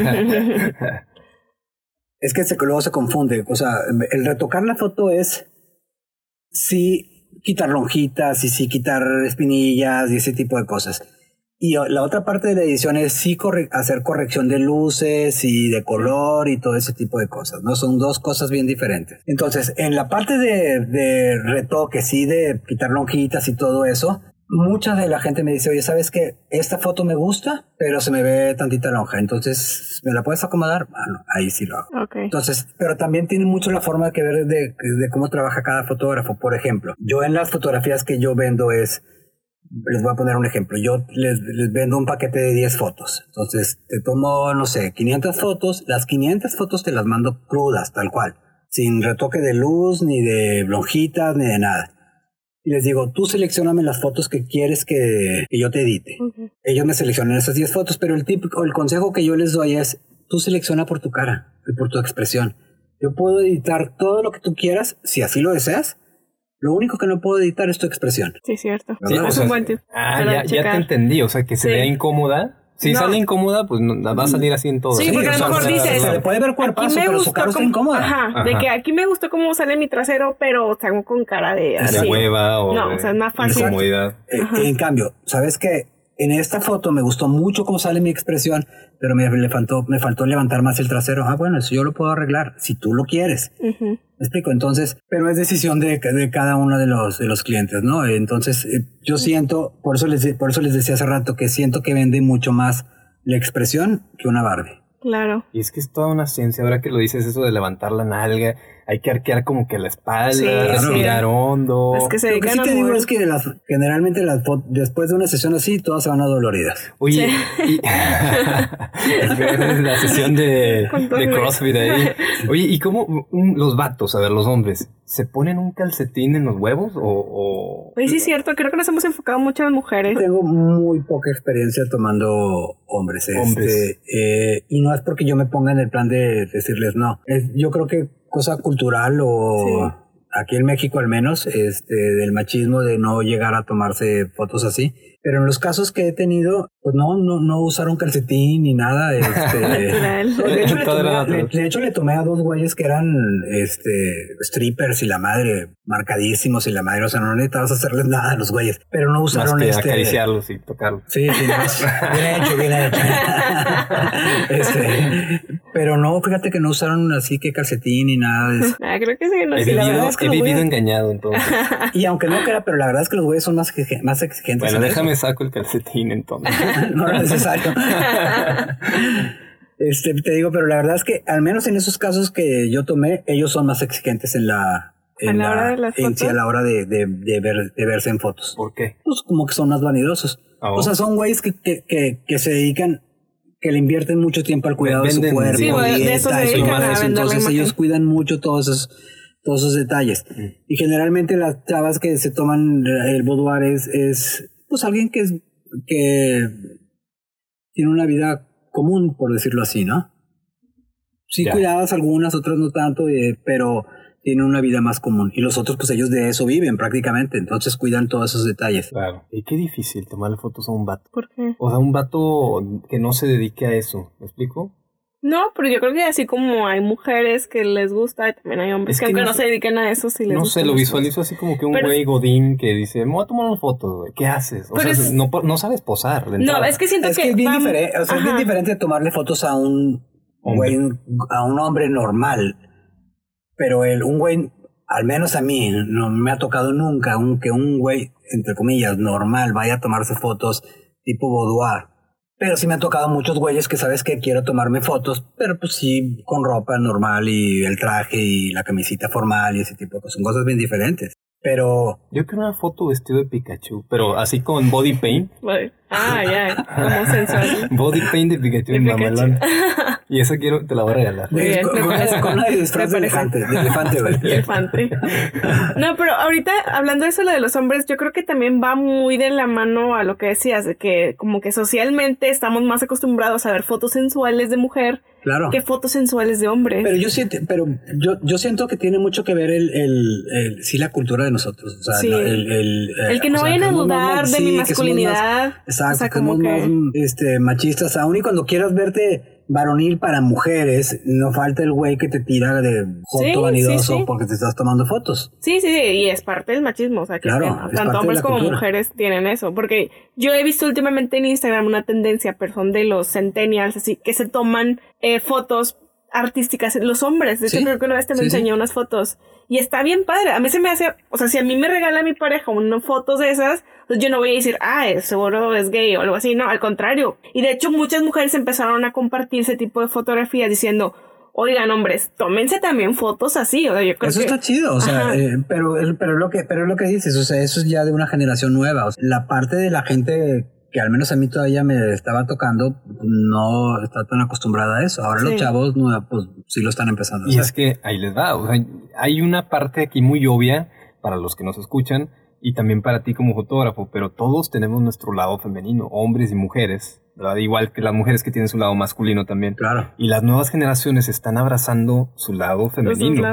Speaker 3: Es que luego se confunde. O sea, el retocar la foto es sí quitar lonjitas y sí quitar espinillas y ese tipo de cosas. Y la otra parte de la edición es sí hacer corrección de luces y de color y todo ese tipo de cosas, ¿no? Son dos cosas bien diferentes. Entonces, en la parte de retoque, sí, de quitar lonjitas y todo eso, mucha de la gente me dice, oye, ¿sabes qué? Esta foto me gusta, pero se me ve tantita lonja. Entonces, ¿me la puedes acomodar? Bueno, ahí sí lo hago.
Speaker 1: Okay.
Speaker 3: Entonces, pero también tiene mucho la forma que ver de cómo trabaja cada fotógrafo. Por ejemplo, yo en las fotografías que yo vendo les voy a poner un ejemplo. Yo les vendo un paquete de 10 fotos. Entonces, te tomo, no sé, 500 fotos. Las 500 fotos te las mando crudas, tal cual. Sin retoque de luz, ni de lonjitas, ni de nada. Y les digo, tú seleccióname las fotos que quieres que yo te edite. Okay. Ellos me seleccionan esas 10 fotos, pero el consejo que yo les doy es, tú selecciona por tu cara y por tu expresión. Yo puedo editar todo lo que tú quieras, si así lo deseas. Lo único que no puedo editar es tu expresión.
Speaker 1: Sí, cierto.
Speaker 2: Sí,
Speaker 1: es un buen tip.
Speaker 2: Ya te entendí. O sea, que se vea incómoda, Si
Speaker 1: No.
Speaker 2: sale incómoda, pues va a salir así en todo.
Speaker 1: Sí, porque a lo mejor dices,
Speaker 3: se le puede ver cuerpazo, pero su cara está incómoda.
Speaker 1: Ajá, de que aquí me gustó cómo sale mi trasero, pero salgo con cara de
Speaker 2: De
Speaker 1: así.
Speaker 2: hueva o
Speaker 1: No,
Speaker 2: de
Speaker 1: o sea, es más fácil.
Speaker 2: incomodidad.
Speaker 3: En cambio, ¿sabes qué? En esta foto me gustó mucho cómo sale mi expresión, pero me faltó levantar más el trasero. Ah, bueno, eso yo lo puedo arreglar, si tú lo quieres.
Speaker 1: Ujú.
Speaker 3: ¿Me explico? Entonces, pero es decisión de cada uno de los clientes, ¿no? Entonces, yo siento, por eso les decía hace rato, que siento que vende mucho más la expresión que una Barbie.
Speaker 1: Claro.
Speaker 2: Y es que es toda una ciencia. Ahora que lo dices, eso de levantar la nalga, hay que arquear como que la espalda,
Speaker 1: Sí,
Speaker 2: respirar hondo.
Speaker 1: Es que se
Speaker 3: Lo que
Speaker 1: dedican
Speaker 3: sí
Speaker 1: a
Speaker 3: te digo
Speaker 1: mover.
Speaker 3: es que generalmente después de una sesión así, todas se van adoloridas.
Speaker 2: Oye, y la sesión de CrossFit ahí. Oye, ¿y cómo los vatos, a ver, los hombres, se ponen un calcetín en los huevos o...?
Speaker 1: Oye, sí es cierto, creo que nos hemos enfocado mucho en las mujeres.
Speaker 3: Tengo muy poca experiencia tomando hombres. Y no es porque yo me ponga en el plan de decirles no. Yo creo que cosa cultural o aquí en México al menos, del machismo de no llegar a tomarse fotos así. Pero en los casos que he tenido, pues no usaron calcetín ni nada.
Speaker 1: Natural.
Speaker 3: De hecho, le tomé a dos güeyes que eran strippers y la madre, marcadísimos y la madre. O sea, no necesitabas hacerles nada a los güeyes. Pero no usaron
Speaker 2: más que acariciarlos y tocarlos.
Speaker 3: Sí, bien hecho. Pero no, fíjate que no usaron así que calcetín ni nada de eso.
Speaker 1: Creo que sí, no
Speaker 2: He
Speaker 1: sé.
Speaker 2: vivido engañado entonces.
Speaker 3: Y aunque no quiera, pero la verdad es que los güeyes son más exigentes.
Speaker 2: Bueno, déjame saco el calcetín entonces.
Speaker 3: No era necesario. Te digo, pero la verdad es que al menos en esos casos que yo tomé, ellos son más exigentes en la
Speaker 1: hora de las fotos.
Speaker 3: Sí, a la hora de verse en fotos.
Speaker 2: ¿Por qué?
Speaker 3: Pues como que son más vanidosos. O sea, son güeyes que se dedican, que le invierten mucho tiempo al cuidado de su cuerpo.
Speaker 1: Sí, de eso se dedican a vender la
Speaker 3: entonces
Speaker 1: imagen.
Speaker 3: ellos cuidan mucho todos esos detalles. Y generalmente las chavas que se toman el boudoir es pues alguien que tiene una vida común, por decirlo así, ¿no? Sí, cuidadas algunas, otras no tanto, pero tienen una vida más común. Y los otros, pues ellos de eso viven prácticamente, entonces cuidan todos esos detalles.
Speaker 2: Claro. Y qué difícil tomarle fotos a un vato.
Speaker 1: ¿Por qué?
Speaker 2: O sea, un vato que no se dedique a eso. ¿Me explico?
Speaker 1: No, pero yo creo que así como hay mujeres que les gusta, también hay hombres que aunque no se dediquen a eso, sí les gusta.
Speaker 2: No sé, lo visualizo así como que un güey godín que dice, me voy a tomar una foto, güey. ¿Qué haces? O sea, no sabes posar.
Speaker 1: No, es que siento que
Speaker 3: es bien diferente. O sea, es bien diferente de tomarle fotos a un güey, a un hombre normal. Pero un güey, al menos a mí, no me ha tocado nunca que un güey, entre comillas, normal, vaya a tomarse fotos tipo boudoir. Pero sí me han tocado muchos güeyes que sabes que quiero tomarme fotos, pero pues sí con ropa normal y el traje y la camisita formal y ese tipo de cosas. Son cosas bien diferentes. Pero...
Speaker 2: Yo quiero una foto vestido de Pikachu, pero así con body paint.
Speaker 1: Ya, como sensual.
Speaker 2: Body paint de Pikachu en mamalón. Y esa te la voy a regalar.
Speaker 3: Con una disfraz de elefante, güey.
Speaker 1: Elefante. No, pero ahorita, hablando de eso, lo de los hombres, yo creo que también va muy de la mano a lo que decías, de que como que socialmente estamos más acostumbrados a ver fotos sensuales de mujer que fotos sensuales de hombre.
Speaker 3: Pero yo siento que tiene mucho que ver sí la cultura de nosotros. O sea,
Speaker 1: sí. El que no vayan a dudar de mi masculinidad.
Speaker 3: Exacto, o sea, como más machistas, aún y cuando quieras verte varonil para mujeres, no falta el güey que te tira de joto vanidoso porque te estás tomando fotos.
Speaker 1: Sí, y es parte del machismo, o sea, que tanto hombres como mujeres tienen eso, porque yo he visto últimamente en Instagram una tendencia, perdón, de los centennials, así, que se toman fotos artísticas, los hombres, de hecho creo que una vez te me enseñé unas fotos, y está bien padre, a mí se me hace, o sea, si a mí me regala mi pareja unas fotos de esas, pues yo no voy a decir, seguro es gay o algo así, no, al contrario, y de hecho muchas mujeres empezaron a compartir ese tipo de fotografías diciendo, oigan hombres, tómense también fotos así, o sea, yo creo
Speaker 3: eso está chido, o sea, pero es lo que dices, o sea, eso es ya de una generación nueva, o sea, la parte de la gente que al menos a mí todavía me estaba tocando, no está tan acostumbrada a eso. Ahora los chavos, pues sí lo están empezando a hacer.
Speaker 2: Y es que ahí les va, o sea, hay una parte aquí muy obvia para los que nos escuchan y también para ti como fotógrafo, pero todos tenemos nuestro lado femenino, hombres y mujeres, ¿verdad? Igual que las mujeres que tienen su lado masculino también.
Speaker 3: Claro.
Speaker 2: Y las nuevas generaciones están abrazando su lado femenino.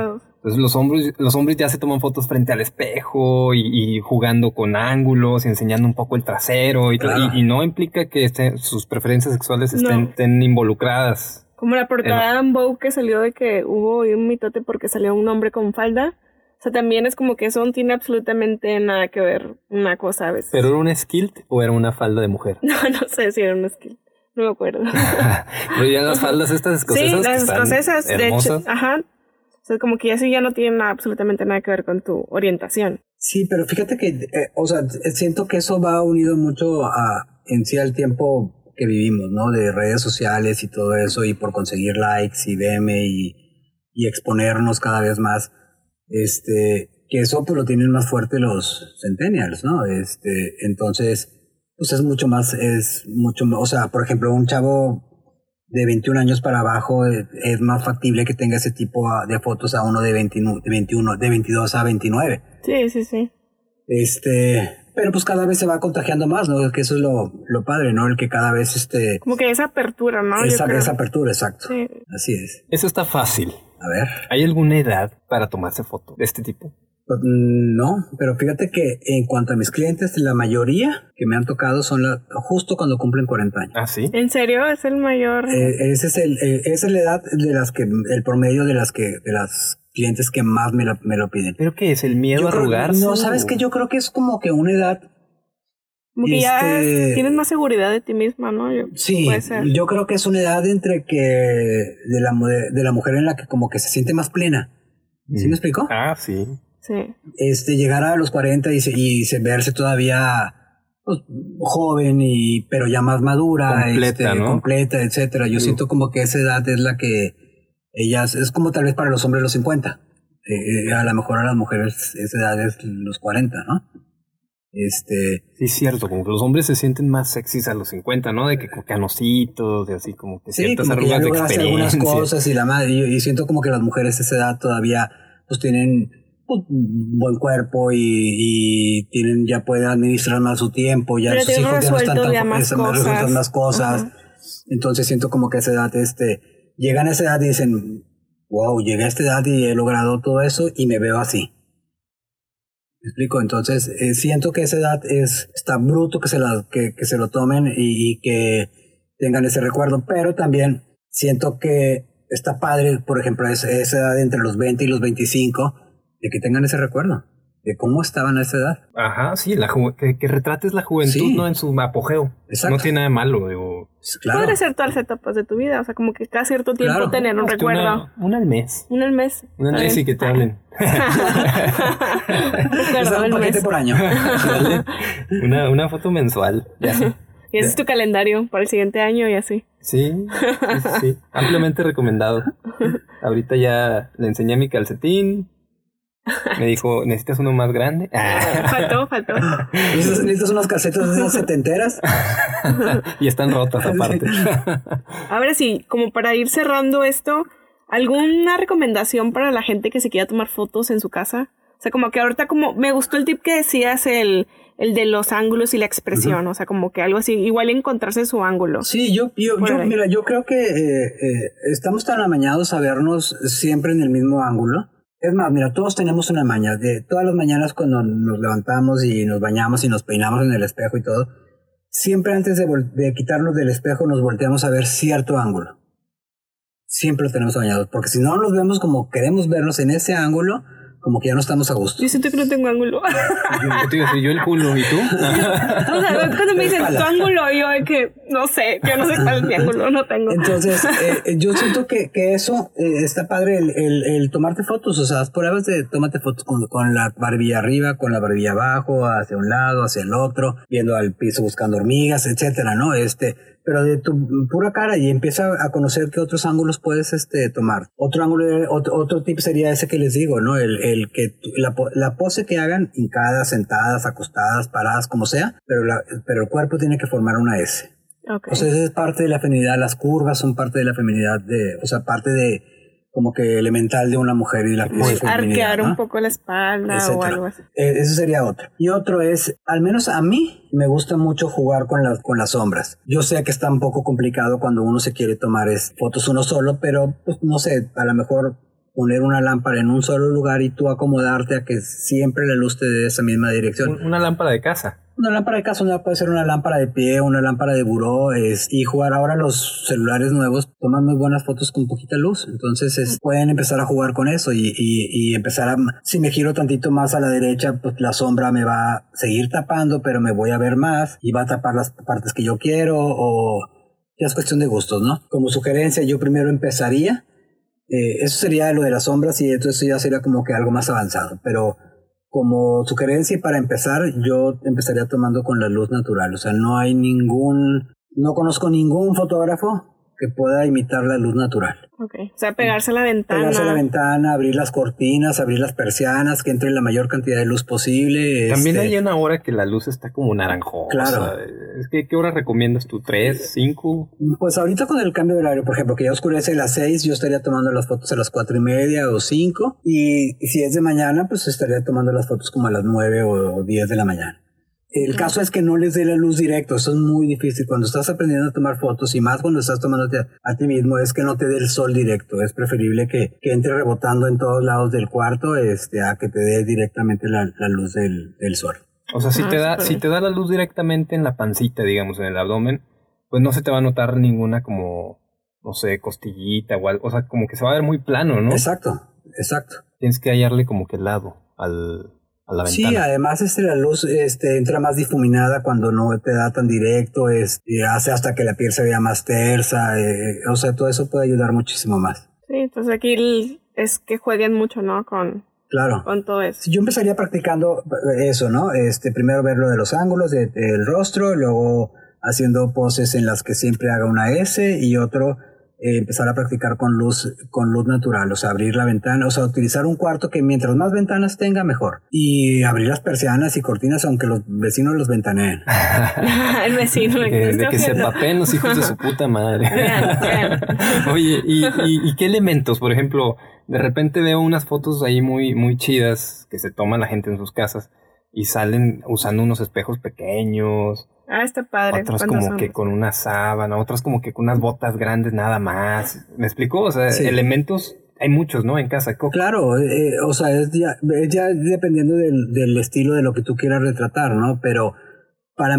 Speaker 2: Entonces los hombres ya se toman fotos frente al espejo y jugando con ángulos y enseñando un poco el trasero y no implica que sus preferencias sexuales estén involucradas.
Speaker 1: Como la portada en Vogue que salió de que hubo un mitote porque salió un hombre con falda. O sea, también es como que eso no tiene absolutamente nada que ver una cosa a veces.
Speaker 2: ¿Pero era un skirt o era una falda de mujer?
Speaker 1: No sé si era un skirt. No me acuerdo.
Speaker 2: Pero ya las faldas estas escocesas.
Speaker 1: Sí, las escocesas,
Speaker 2: de hecho.
Speaker 1: Ajá. O sea, como que ya no tiene absolutamente nada que ver con tu orientación.
Speaker 3: Sí, pero fíjate que, siento que eso va unido mucho en sí al tiempo que vivimos, ¿no? De redes sociales y todo eso, y por conseguir likes y VM y exponernos cada vez más, que eso pues lo tienen más fuerte los centennials, ¿no? Entonces, pues es mucho más, o sea, por ejemplo, un chavo de 21 años para abajo es más factible que tenga ese21 de fotos a uno de 22 a 29.
Speaker 1: Sí.
Speaker 3: Pero pues cada vez se va contagiando más, ¿no? Que eso es lo padre, ¿no? El que cada vez
Speaker 1: como que esa apertura, ¿no?
Speaker 3: Esa apertura, exacto.
Speaker 1: Sí.
Speaker 3: Así es.
Speaker 2: Eso está fácil.
Speaker 3: A ver.
Speaker 2: ¿Hay alguna edad para tomarse foto de este tipo?
Speaker 3: Pues, no, pero fíjate que en cuanto a mis clientes, la mayoría que me han tocado son justo cuando cumplen 40 años.
Speaker 2: ¿Ah, sí?
Speaker 1: ¿En serio? ¿Es el mayor?
Speaker 3: Esa es la edad de las que, el promedio de las clientes que más me lo piden.
Speaker 2: ¿Pero qué es? ¿El miedo a arrugarse?
Speaker 3: No, ¿sabes qué? Yo creo que es como que una edad...
Speaker 1: Como que ya tienes más seguridad de ti misma, ¿no?
Speaker 3: Sí,
Speaker 1: puede ser.
Speaker 3: Yo creo que es una edad entre que de la mujer en la que como que se siente más plena. ¿Sí me explicó?
Speaker 2: Ah, sí.
Speaker 1: Sí.
Speaker 3: Llegar a los 40 y verse todavía pues, joven pero ya más madura,
Speaker 2: completa, ¿no?
Speaker 3: Completa, etcétera. Yo siento como que esa edad es la que ellas, es como tal vez para los hombres los 50. A lo mejor a las mujeres esa edad es los 40, ¿no?
Speaker 2: Sí, es cierto, como que los hombres se sienten más sexys a los 50, ¿no? De que canositos, de así como que ciertas
Speaker 3: como
Speaker 2: arrugas
Speaker 3: que ya
Speaker 2: de
Speaker 3: lograste
Speaker 2: experiencia.
Speaker 3: Algunas cosas y la madre, y siento como que las mujeres a esa edad todavía pues tienen buen cuerpo y tienen, ya pueden administrar más su tiempo, ya sus hijos ya no están tan resueltan más cosas. Uh-huh. Entonces siento como que a esa edad llegan a esa edad y dicen, wow, llegué a esta edad y he logrado todo eso y me veo así. ¿Me explico? Entonces siento que esa edad está bruto que se lo tomen y que tengan ese recuerdo, pero también siento que está padre, por ejemplo, esa edad entre los 20 y los 25, de que tengan ese recuerdo de cómo estaban a esa edad.
Speaker 2: Ajá, sí, que retrates la juventud, sí, ¿no? En su apogeo. Exacto. No tiene nada de malo, digo.
Speaker 1: Claro. Podría ser todas las etapas de tu vida, o sea, como que cada cierto tiempo tener un recuerdo.
Speaker 2: Una al mes.
Speaker 1: Una al mes.
Speaker 2: Una al mes y que te hablen.
Speaker 3: Un paquete por año.
Speaker 2: una foto mensual. Ya.
Speaker 1: Y ese es tu calendario para el siguiente año y así.
Speaker 2: Sí. Ampliamente recomendado. Ahorita ya le enseñé mi calcetín. Me dijo, ¿necesitas uno más grande?
Speaker 1: Faltó.
Speaker 3: ¿Necesitas unas calcetas de esas setenteras?
Speaker 2: Y están rotas aparte.
Speaker 1: Ahora sí, como para ir cerrando esto, ¿alguna recomendación para la gente que se quiera tomar fotos en su casa? O sea, como que ahorita como me gustó el tip que decías, el de los ángulos y la expresión, uh-huh. O sea, como que algo así, igual encontrarse su ángulo.
Speaker 3: Sí, yo creo que estamos tan amañados a vernos siempre en el mismo ángulo. Es más, mira, todos tenemos una maña. Todas las mañanas cuando nos levantamos y nos bañamos y nos peinamos en el espejo y todo, siempre antes de quitarnos del espejo nos volteamos a ver cierto ángulo. Siempre lo tenemos bañados, porque si no nos vemos como queremos vernos en ese ángulo, como que ya no estamos a gusto.
Speaker 1: Yo siento que no tengo ángulo.
Speaker 2: Yo el culo, ¿y tú?
Speaker 1: O sea, cuando me dicen tu ángulo, yo no sé cuál es mi ángulo, no tengo.
Speaker 3: Entonces, yo siento que eso está padre, el tomarte fotos, o sea, haz pruebas de tómate fotos con la barbilla arriba, con la barbilla abajo, hacia un lado, hacia el otro, viendo al piso buscando hormigas, etcétera, ¿no? Pero de tu pura cara y empieza a conocer qué otros ángulos puedes tomar. Otro tip sería ese que les digo, ¿no? El que la pose que hagan, hincadas, sentadas, acostadas, paradas, como sea, pero el cuerpo tiene que formar una S.
Speaker 1: Okay.
Speaker 3: O sea, esa es parte de la feminidad, las curvas son parte de la feminidad, parte de como que elemental de una mujer y la feminidad,
Speaker 1: arquear, ¿no? Un poco la espalda, etcétera, o algo así.
Speaker 3: Eso sería otro. Y otro es, al menos a mí, me gusta mucho jugar con las sombras. Yo sé que está un poco complicado cuando uno se quiere tomar fotos uno solo, pero pues no sé, a lo mejor poner una lámpara en un solo lugar y tú acomodarte a que siempre la luz te dé esa misma dirección.
Speaker 2: Una lámpara de casa.
Speaker 3: Una lámpara de casa, puede ser una lámpara de pie, una lámpara de buró, y jugar. Ahora los celulares nuevos toman muy buenas fotos con poquita luz, entonces pueden empezar a jugar con eso y empezar a, si me giro tantito más a la derecha, pues la sombra me va a seguir tapando, pero me voy a ver más y va a tapar las partes que yo quiero, o ya es cuestión de gustos, ¿no? Como sugerencia, yo primero empezaría, eso sería lo de las sombras y entonces ya sería como que algo más avanzado, pero como sugerencia y para empezar, yo empezaría tomando con la luz natural. O sea, no conozco ningún fotógrafo que pueda imitar la luz natural.
Speaker 1: Okay. O sea, pegarse a la ventana.
Speaker 3: Pegarse a la ventana, abrir las cortinas, abrir las persianas, que entre la mayor cantidad de luz posible.
Speaker 2: También hay una hora que la luz está como naranjosa.
Speaker 3: Claro.
Speaker 2: ¿Qué hora recomiendas tú? ¿3, 5?
Speaker 3: Pues ahorita con el cambio de horario, por ejemplo, que ya oscurece a las 6, yo estaría tomando las fotos a las 4:30 o 5. Y si es de mañana, pues estaría tomando las fotos como a las 9 o 10 de la mañana. El caso es que no les dé la luz directo, eso es muy difícil. Cuando estás aprendiendo a tomar fotos y más cuando estás tomándote a ti mismo, es que no te dé el sol directo. Es preferible que entre rebotando en todos lados del cuarto a que te dé directamente la luz del sol.
Speaker 2: O sea, si te da la luz directamente en la pancita, digamos, en el abdomen, pues no se te va a notar ninguna como, no sé, costillita o algo. O sea, como que se va a ver muy plano, ¿no?
Speaker 3: Exacto.
Speaker 2: Tienes que hallarle como que el lado a la ventana.
Speaker 3: Sí, además la luz entra más difuminada cuando no te da tan directo, hace hasta que la piel se vea más tersa, o sea, todo eso puede ayudar muchísimo más.
Speaker 1: Sí, entonces aquí es que jueguen mucho, ¿no? Con todo eso.
Speaker 3: Yo empezaría practicando eso, ¿no? Primero ver lo de los ángulos del rostro, luego haciendo poses en las que siempre haga una S y otro empezar a practicar con luz natural, o sea, abrir la ventana, o sea, utilizar un cuarto que mientras más ventanas tenga, mejor. Y abrir las persianas y cortinas aunque los vecinos los ventaneen.
Speaker 1: El vecino.
Speaker 2: De que se papen los hijos de su puta madre. Oye, ¿y qué elementos? Por ejemplo, de repente veo unas fotos ahí muy, muy chidas que se toman la gente en sus casas y salen usando unos espejos pequeños.
Speaker 1: Está padre.
Speaker 2: Otras como que con una sábana, otras como que con unas botas grandes nada más. ¿Me explicó? O sea, sí. Elementos hay muchos, ¿no? En casa.
Speaker 3: Claro, o sea, es ya dependiendo del estilo de lo que tú quieras retratar, ¿no? Pero para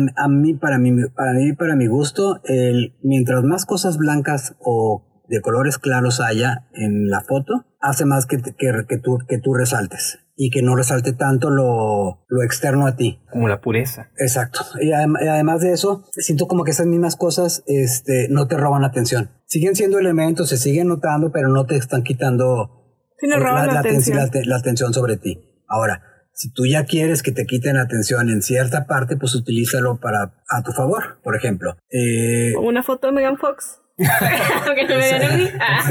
Speaker 3: mi gusto, mientras más cosas blancas o de colores claros haya en la foto, hace más que tú resaltes. Y que no resalte tanto lo externo a ti.
Speaker 2: Como la pureza.
Speaker 3: Exacto. Y además de eso, siento como que esas mismas cosas no te roban la atención. Siguen siendo elementos, se siguen notando, pero no te están quitando
Speaker 1: la
Speaker 3: atención sobre ti. Ahora, si tú ya quieres que te quiten la atención en cierta parte, pues utilízalo a tu favor. Por ejemplo.
Speaker 1: Una foto de Megan Fox. Aunque no me vean a mí.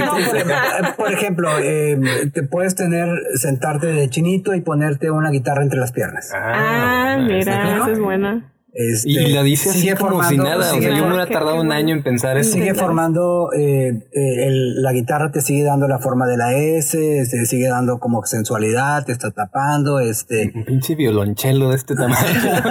Speaker 3: Por ejemplo, te puedes sentarte de chinito y ponerte una guitarra entre las piernas.
Speaker 1: Mira, esa es buena.
Speaker 2: Y la dice así como si nada. O sea, yo me hubiera tardado un año en pensar eso.
Speaker 3: Sigue formando, la guitarra te sigue dando la forma de la S, te sigue dando como sensualidad, te está tapando.
Speaker 2: Un pinche violonchelo de este tamaño.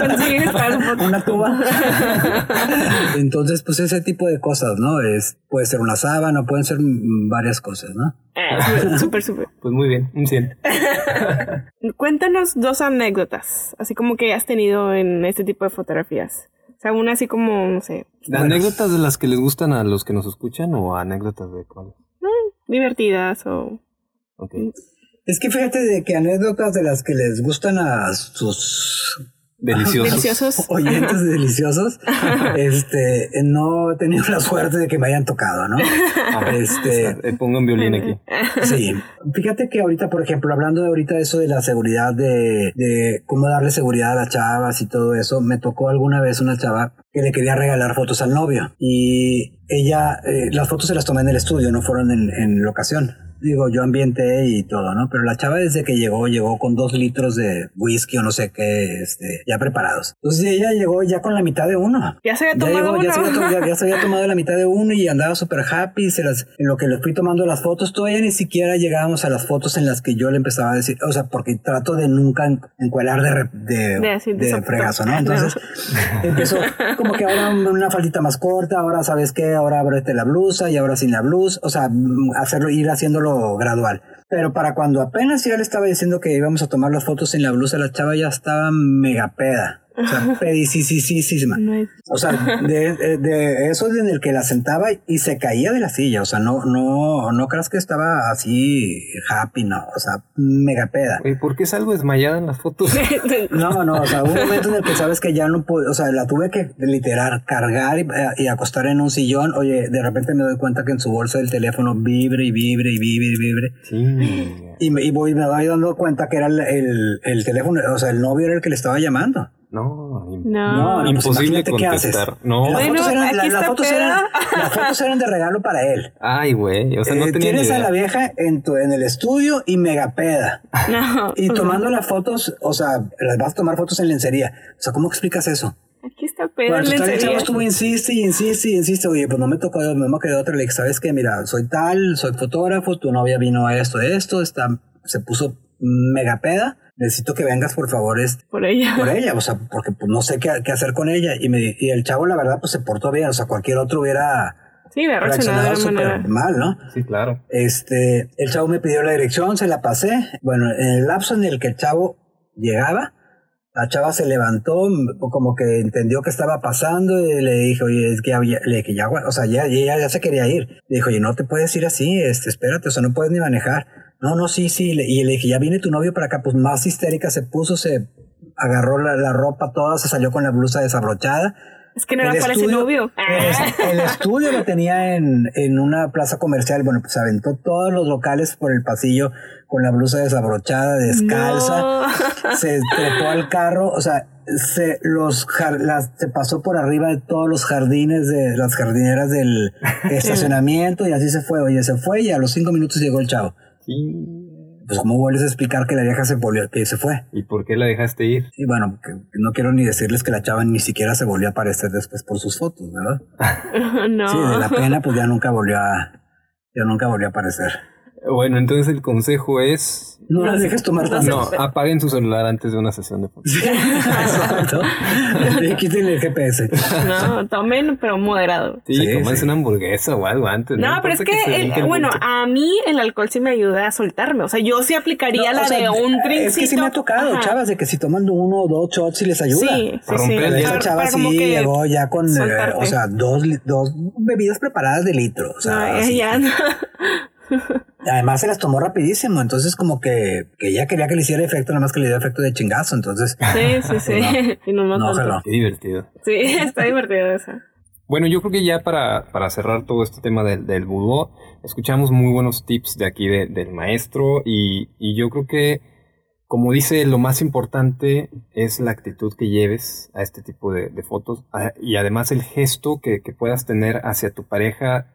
Speaker 3: Una tuba. Entonces, pues ese tipo de cosas, ¿no? Puede ser una sábana, pueden ser varias cosas, ¿no?
Speaker 1: Súper.
Speaker 2: Pues muy bien, un 100.
Speaker 1: Cuéntanos 2 anécdotas, así como que has tenido en este tipo de fotografías. O sea, una así como, no sé.
Speaker 2: ¿Anécdotas de las que les gustan a los que nos escuchan o anécdotas de cuáles?
Speaker 1: Divertidas o...
Speaker 2: Okay.
Speaker 3: Es que fíjate de que anécdotas de las que les gustan a sus...
Speaker 1: Deliciosos.
Speaker 3: Oyentes deliciosos. No he tenido la suerte de que me hayan tocado, ¿no?
Speaker 2: Pongo un violín aquí.
Speaker 3: Sí. Fíjate que ahorita, por ejemplo, hablando de eso de la seguridad, de cómo darle seguridad a las chavas y todo eso, me tocó alguna vez una chava que le quería regalar fotos al novio. Y ella, las fotos se las tomé en el estudio, no fueron en locación. Digo, yo ambienté y todo, ¿no? Pero la chava desde que llegó con 2 litros de whisky o no sé qué, ya preparados. Entonces ella llegó ya con la mitad de uno.
Speaker 1: Ya se había tomado uno.
Speaker 3: Ya se había tomado la mitad de uno y andaba súper happy. En lo que le fui tomando las fotos, todavía ni siquiera llegábamos a las fotos en las que yo le empezaba a decir, o sea, porque trato de nunca encuelar de fregazo, ¿no? Entonces empezó como que ahora una faldita más corta, ahora sabes qué, ahora ábrete la blusa y ahora sin la blusa, o sea, ir haciéndolo hacerlo gradual. Pero para cuando apenas ya le estaba diciendo que íbamos a tomar las fotos en la blusa, la chava ya estaba mega peda. O sea, pedicísima. O sea, de eso en el que la sentaba y se caía de la silla. O sea, no creas que estaba así happy, no. O sea, mega peda.
Speaker 2: ¿Por qué salgo desmayada en las fotos?
Speaker 3: No, o sea, hubo un momento en el que sabes que ya no pude, o sea, la tuve que literal cargar y acostar en un sillón. Oye, de repente me doy cuenta que en su bolsa del teléfono vibre.
Speaker 2: Sí.
Speaker 3: Y me voy dando cuenta que era el teléfono, o sea, el novio era el que le estaba llamando.
Speaker 2: No,
Speaker 3: imposible
Speaker 2: pues contestar. No.
Speaker 3: Las fotos eran de regalo para él.
Speaker 2: Ay, güey, o sea, no tenía
Speaker 3: tienes
Speaker 2: ni idea.
Speaker 3: a la vieja en el estudio y mega peda.
Speaker 1: No.
Speaker 3: Y tomando las fotos, o sea, las vas a tomar fotos en lencería. O sea, ¿cómo explicas eso?
Speaker 1: Aquí está peda
Speaker 3: Bueno,
Speaker 1: en lencería.
Speaker 3: El chavo estuvo insiste. Oye, pues no me quedó otra. Le dije, ¿sabes qué? Mira, soy fotógrafo, tu novia vino a esto, se puso mega peda. Necesito que vengas, por favor,
Speaker 1: por ella,
Speaker 3: o sea, porque pues, no sé qué hacer con ella. Y el chavo, la verdad, pues se portó bien. O sea, cualquier otro hubiera reaccionado súper mal, ¿no?
Speaker 2: Sí, claro.
Speaker 3: El chavo me pidió la dirección, se la pasé. Bueno, en el lapso en el que el chavo llegaba, la chava se levantó, como que entendió qué estaba pasando y le dije, oye, es que ya se quería ir. Le dijo, oye, no te puedes ir así, espérate, o sea, no puedes ni manejar. No, sí. Y le dije, ya viene tu novio para acá. Pues más histérica se puso, se agarró la ropa toda, se salió con la blusa desabrochada.
Speaker 1: Es que no era para ese novio.
Speaker 3: El estudio lo tenía en una plaza comercial. Bueno, pues aventó todos los locales por el pasillo con la blusa desabrochada, descalza. No. Se trepó al carro, o sea, se pasó por arriba de todos los jardines, de las jardineras del estacionamiento y así se fue. Oye, se fue y a los 5 minutos llegó el chavo.
Speaker 2: Sí.
Speaker 3: Pues ¿cómo vuelves a explicar que la vieja se fue?
Speaker 2: ¿Y por qué la dejaste ir?
Speaker 3: Sí, bueno, que no quiero ni decirles que la chava ni siquiera se volvió a aparecer después por sus fotos, ¿verdad?
Speaker 1: No.
Speaker 3: Sí, de la pena pues ya nunca volvió a aparecer.
Speaker 2: Bueno, entonces el consejo es...
Speaker 3: No las dejes tomar tanto.
Speaker 2: No, apaguen su celular antes de una sesión de fotos.
Speaker 3: Exacto. Y quiten el GPS.
Speaker 1: No, tomen, pero moderado.
Speaker 2: Sí, tómense una hamburguesa o algo antes.
Speaker 1: No, pero es que a mí el alcohol sí me ayuda a soltarme. O sea, yo sí aplicaría de un drinkcito.
Speaker 3: Es que sí me ha tocado, chavas, de que si toman 1 o 2 shots sí les ayuda.
Speaker 1: Sí.
Speaker 3: Esa chava sí llegó ya con, o sea, dos bebidas preparadas de litro. O sea,
Speaker 1: no, ya no.
Speaker 3: Además se las tomó rapidísimo, entonces como que ella quería que le hiciera efecto, nada más que le dio efecto de chingazo, entonces...
Speaker 1: Sí. Y no
Speaker 2: Qué divertido.
Speaker 1: Sí, está divertido eso.
Speaker 2: Bueno, yo creo que ya para cerrar todo este tema del vudú, escuchamos muy buenos tips de aquí del maestro y yo creo que, como dice, lo más importante es la actitud que lleves a este tipo de fotos y además el gesto que puedas tener hacia tu pareja.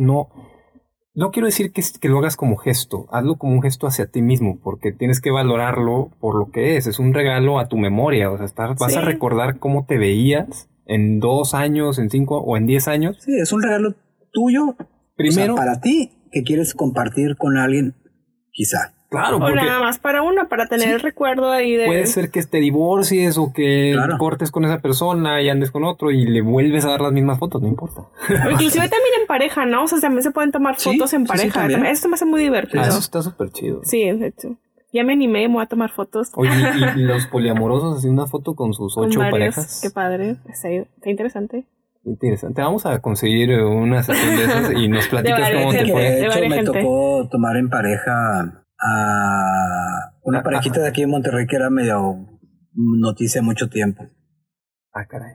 Speaker 2: No quiero decir que lo hagas como gesto, hazlo como un gesto hacia ti mismo, porque tienes que valorarlo por lo que es un regalo a tu memoria, o sea, vas a recordar cómo te veías en 2 años, en 5 o en 10 años. Sí, es un regalo tuyo, primero, o sea, para ti, que quieres compartir con alguien, quizá. Claro,
Speaker 1: porque... O nada más para uno, para tener el recuerdo ahí de...
Speaker 2: Puede ser que te divorcies o que cortes con esa persona y andes con otro y le vuelves a dar las mismas fotos, no importa.
Speaker 1: O inclusive también en pareja, ¿no? O sea, también se pueden tomar fotos en pareja. Esto me hace muy divertido.
Speaker 2: Eso está súper chido.
Speaker 1: Sí, de hecho. Ya me animé, me voy a tomar fotos.
Speaker 2: Oye, y los poliamorosos hacen una foto con sus 8 parejas.
Speaker 1: Qué padre. Está interesante.
Speaker 2: Interesante. Vamos a conseguir una sesión de esas y nos platicas cómo te fue.
Speaker 3: De hecho, me tocó tomar en pareja a una parejita de aquí en Monterrey que era medio noticia mucho tiempo.
Speaker 2: Caray.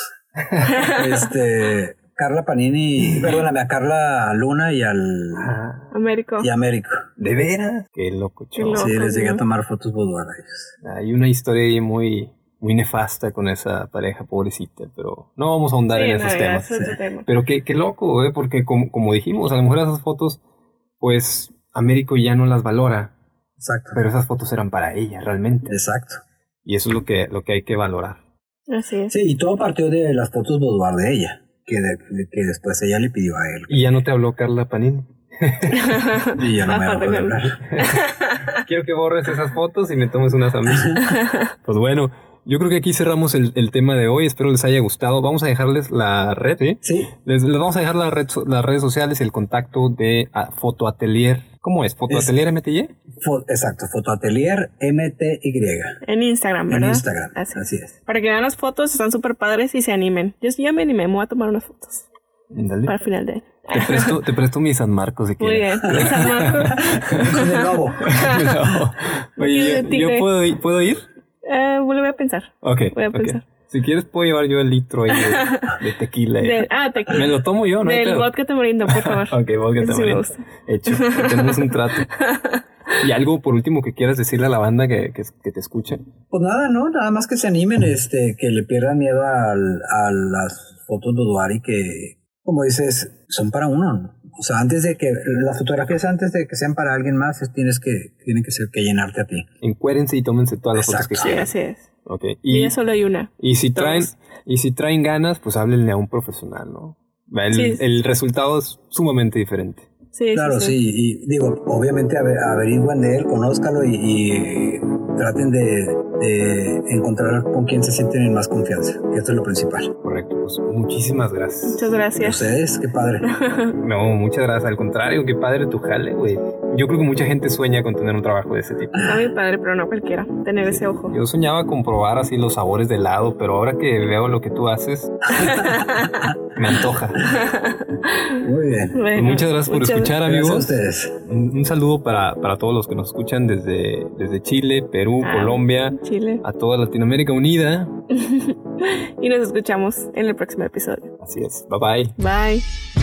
Speaker 3: Carla Panini, perdóname, a Carla Luna y al
Speaker 1: Américo.
Speaker 3: Y Américo.
Speaker 2: ¿De veras? Qué loco, chaval.
Speaker 3: Sí, les llegué a tomar fotos boudoir a ellos.
Speaker 2: Hay una historia ahí muy nefasta con esa pareja, pobrecita, pero no vamos a ahondar en esos temas.
Speaker 1: Tema.
Speaker 2: Pero qué loco, porque como dijimos, a lo mejor esas fotos, pues Américo ya no las valora.
Speaker 3: Exacto.
Speaker 2: Pero esas fotos eran para ella, realmente.
Speaker 3: Exacto.
Speaker 2: Y eso es lo que hay que valorar.
Speaker 1: Así es.
Speaker 3: Sí, y todo partió de las fotos boudoir de ella, que después ella le pidió a él.
Speaker 2: ¿Y ya no te habló Carla Panini?
Speaker 3: Y ya no me habló de hablar.
Speaker 2: Quiero que borres esas fotos y me tomes unas a mí. Pues bueno, yo creo que aquí cerramos el tema de hoy. Espero les haya gustado. Vamos a dejarles la red, ¿sí?
Speaker 3: Sí.
Speaker 2: Les vamos a dejar las redes sociales y el contacto de Fotoatelier ¿Cómo es? ¿Fotoatelier MTY?
Speaker 3: Exacto, Fotoatelier MTY.
Speaker 1: En Instagram, ¿verdad?
Speaker 3: En Instagram, así es.
Speaker 1: Para que vean las fotos, están súper padres y se animen. Yo ya me animé, me voy a tomar unas fotos.
Speaker 2: Dale.
Speaker 1: Para el final de año.
Speaker 2: Te presto mi San Marcos si
Speaker 1: Muy
Speaker 2: quieres.
Speaker 1: bien. San Marcos.
Speaker 3: Con el lobo.
Speaker 2: No. Oye, ¿yo puedo ir?
Speaker 1: Lo voy a pensar.
Speaker 2: Ok.
Speaker 1: Voy a pensar.
Speaker 2: Si quieres puedo llevar yo el litro ahí de tequila.
Speaker 1: Tequila.
Speaker 2: Me lo tomo yo, ¿no?
Speaker 1: Del vodka tamarindo, por favor.
Speaker 2: Ok, vodka tamarindo. Sí, hecho. Tenemos un trato. ¿Y algo por último que quieras decirle a la banda que te escuche?
Speaker 3: Pues nada, ¿no? Nada más que se animen, que le pierdan miedo a las fotos de boudoir y que, como dices, son para uno, ¿no? O sea, antes de que las fotografías, antes de que sean para alguien más, tienen que ser que llenarte a ti.
Speaker 2: Encuérense y tómense todas las fotos que quieran.
Speaker 1: Sí, así es.
Speaker 2: Okay.
Speaker 1: Y solo hay una.
Speaker 2: Y si traen ganas, pues háblenle a un profesional, ¿no? El resultado es sumamente diferente.
Speaker 1: Sí,
Speaker 3: claro, sí. Y digo, obviamente averigüen de él, conózcalo y traten de encontrar con quién se sienten en más confianza, que esto es lo principal.
Speaker 2: Correcto, pues muchísimas gracias.
Speaker 1: Muchas gracias.
Speaker 3: A ustedes, qué padre.
Speaker 2: No, muchas gracias, al contrario, qué padre tu jale, güey. Yo creo que mucha gente sueña con tener un trabajo de ese tipo.
Speaker 1: Está muy padre, pero no cualquiera, tener ese ojo.
Speaker 2: Yo soñaba con probar así los sabores de helado, pero ahora que veo lo que tú haces, me antoja.
Speaker 3: Muy bien.
Speaker 2: Bueno, muchas gracias por escuchar, amigos.
Speaker 3: Gracias a ustedes.
Speaker 2: Un saludo para todos los que nos escuchan desde Chile, Perú, Colombia,
Speaker 1: Chile,
Speaker 2: a toda Latinoamérica unida.
Speaker 1: Y nos escuchamos en el próximo episodio.
Speaker 2: Así es. Bye bye.
Speaker 1: Bye.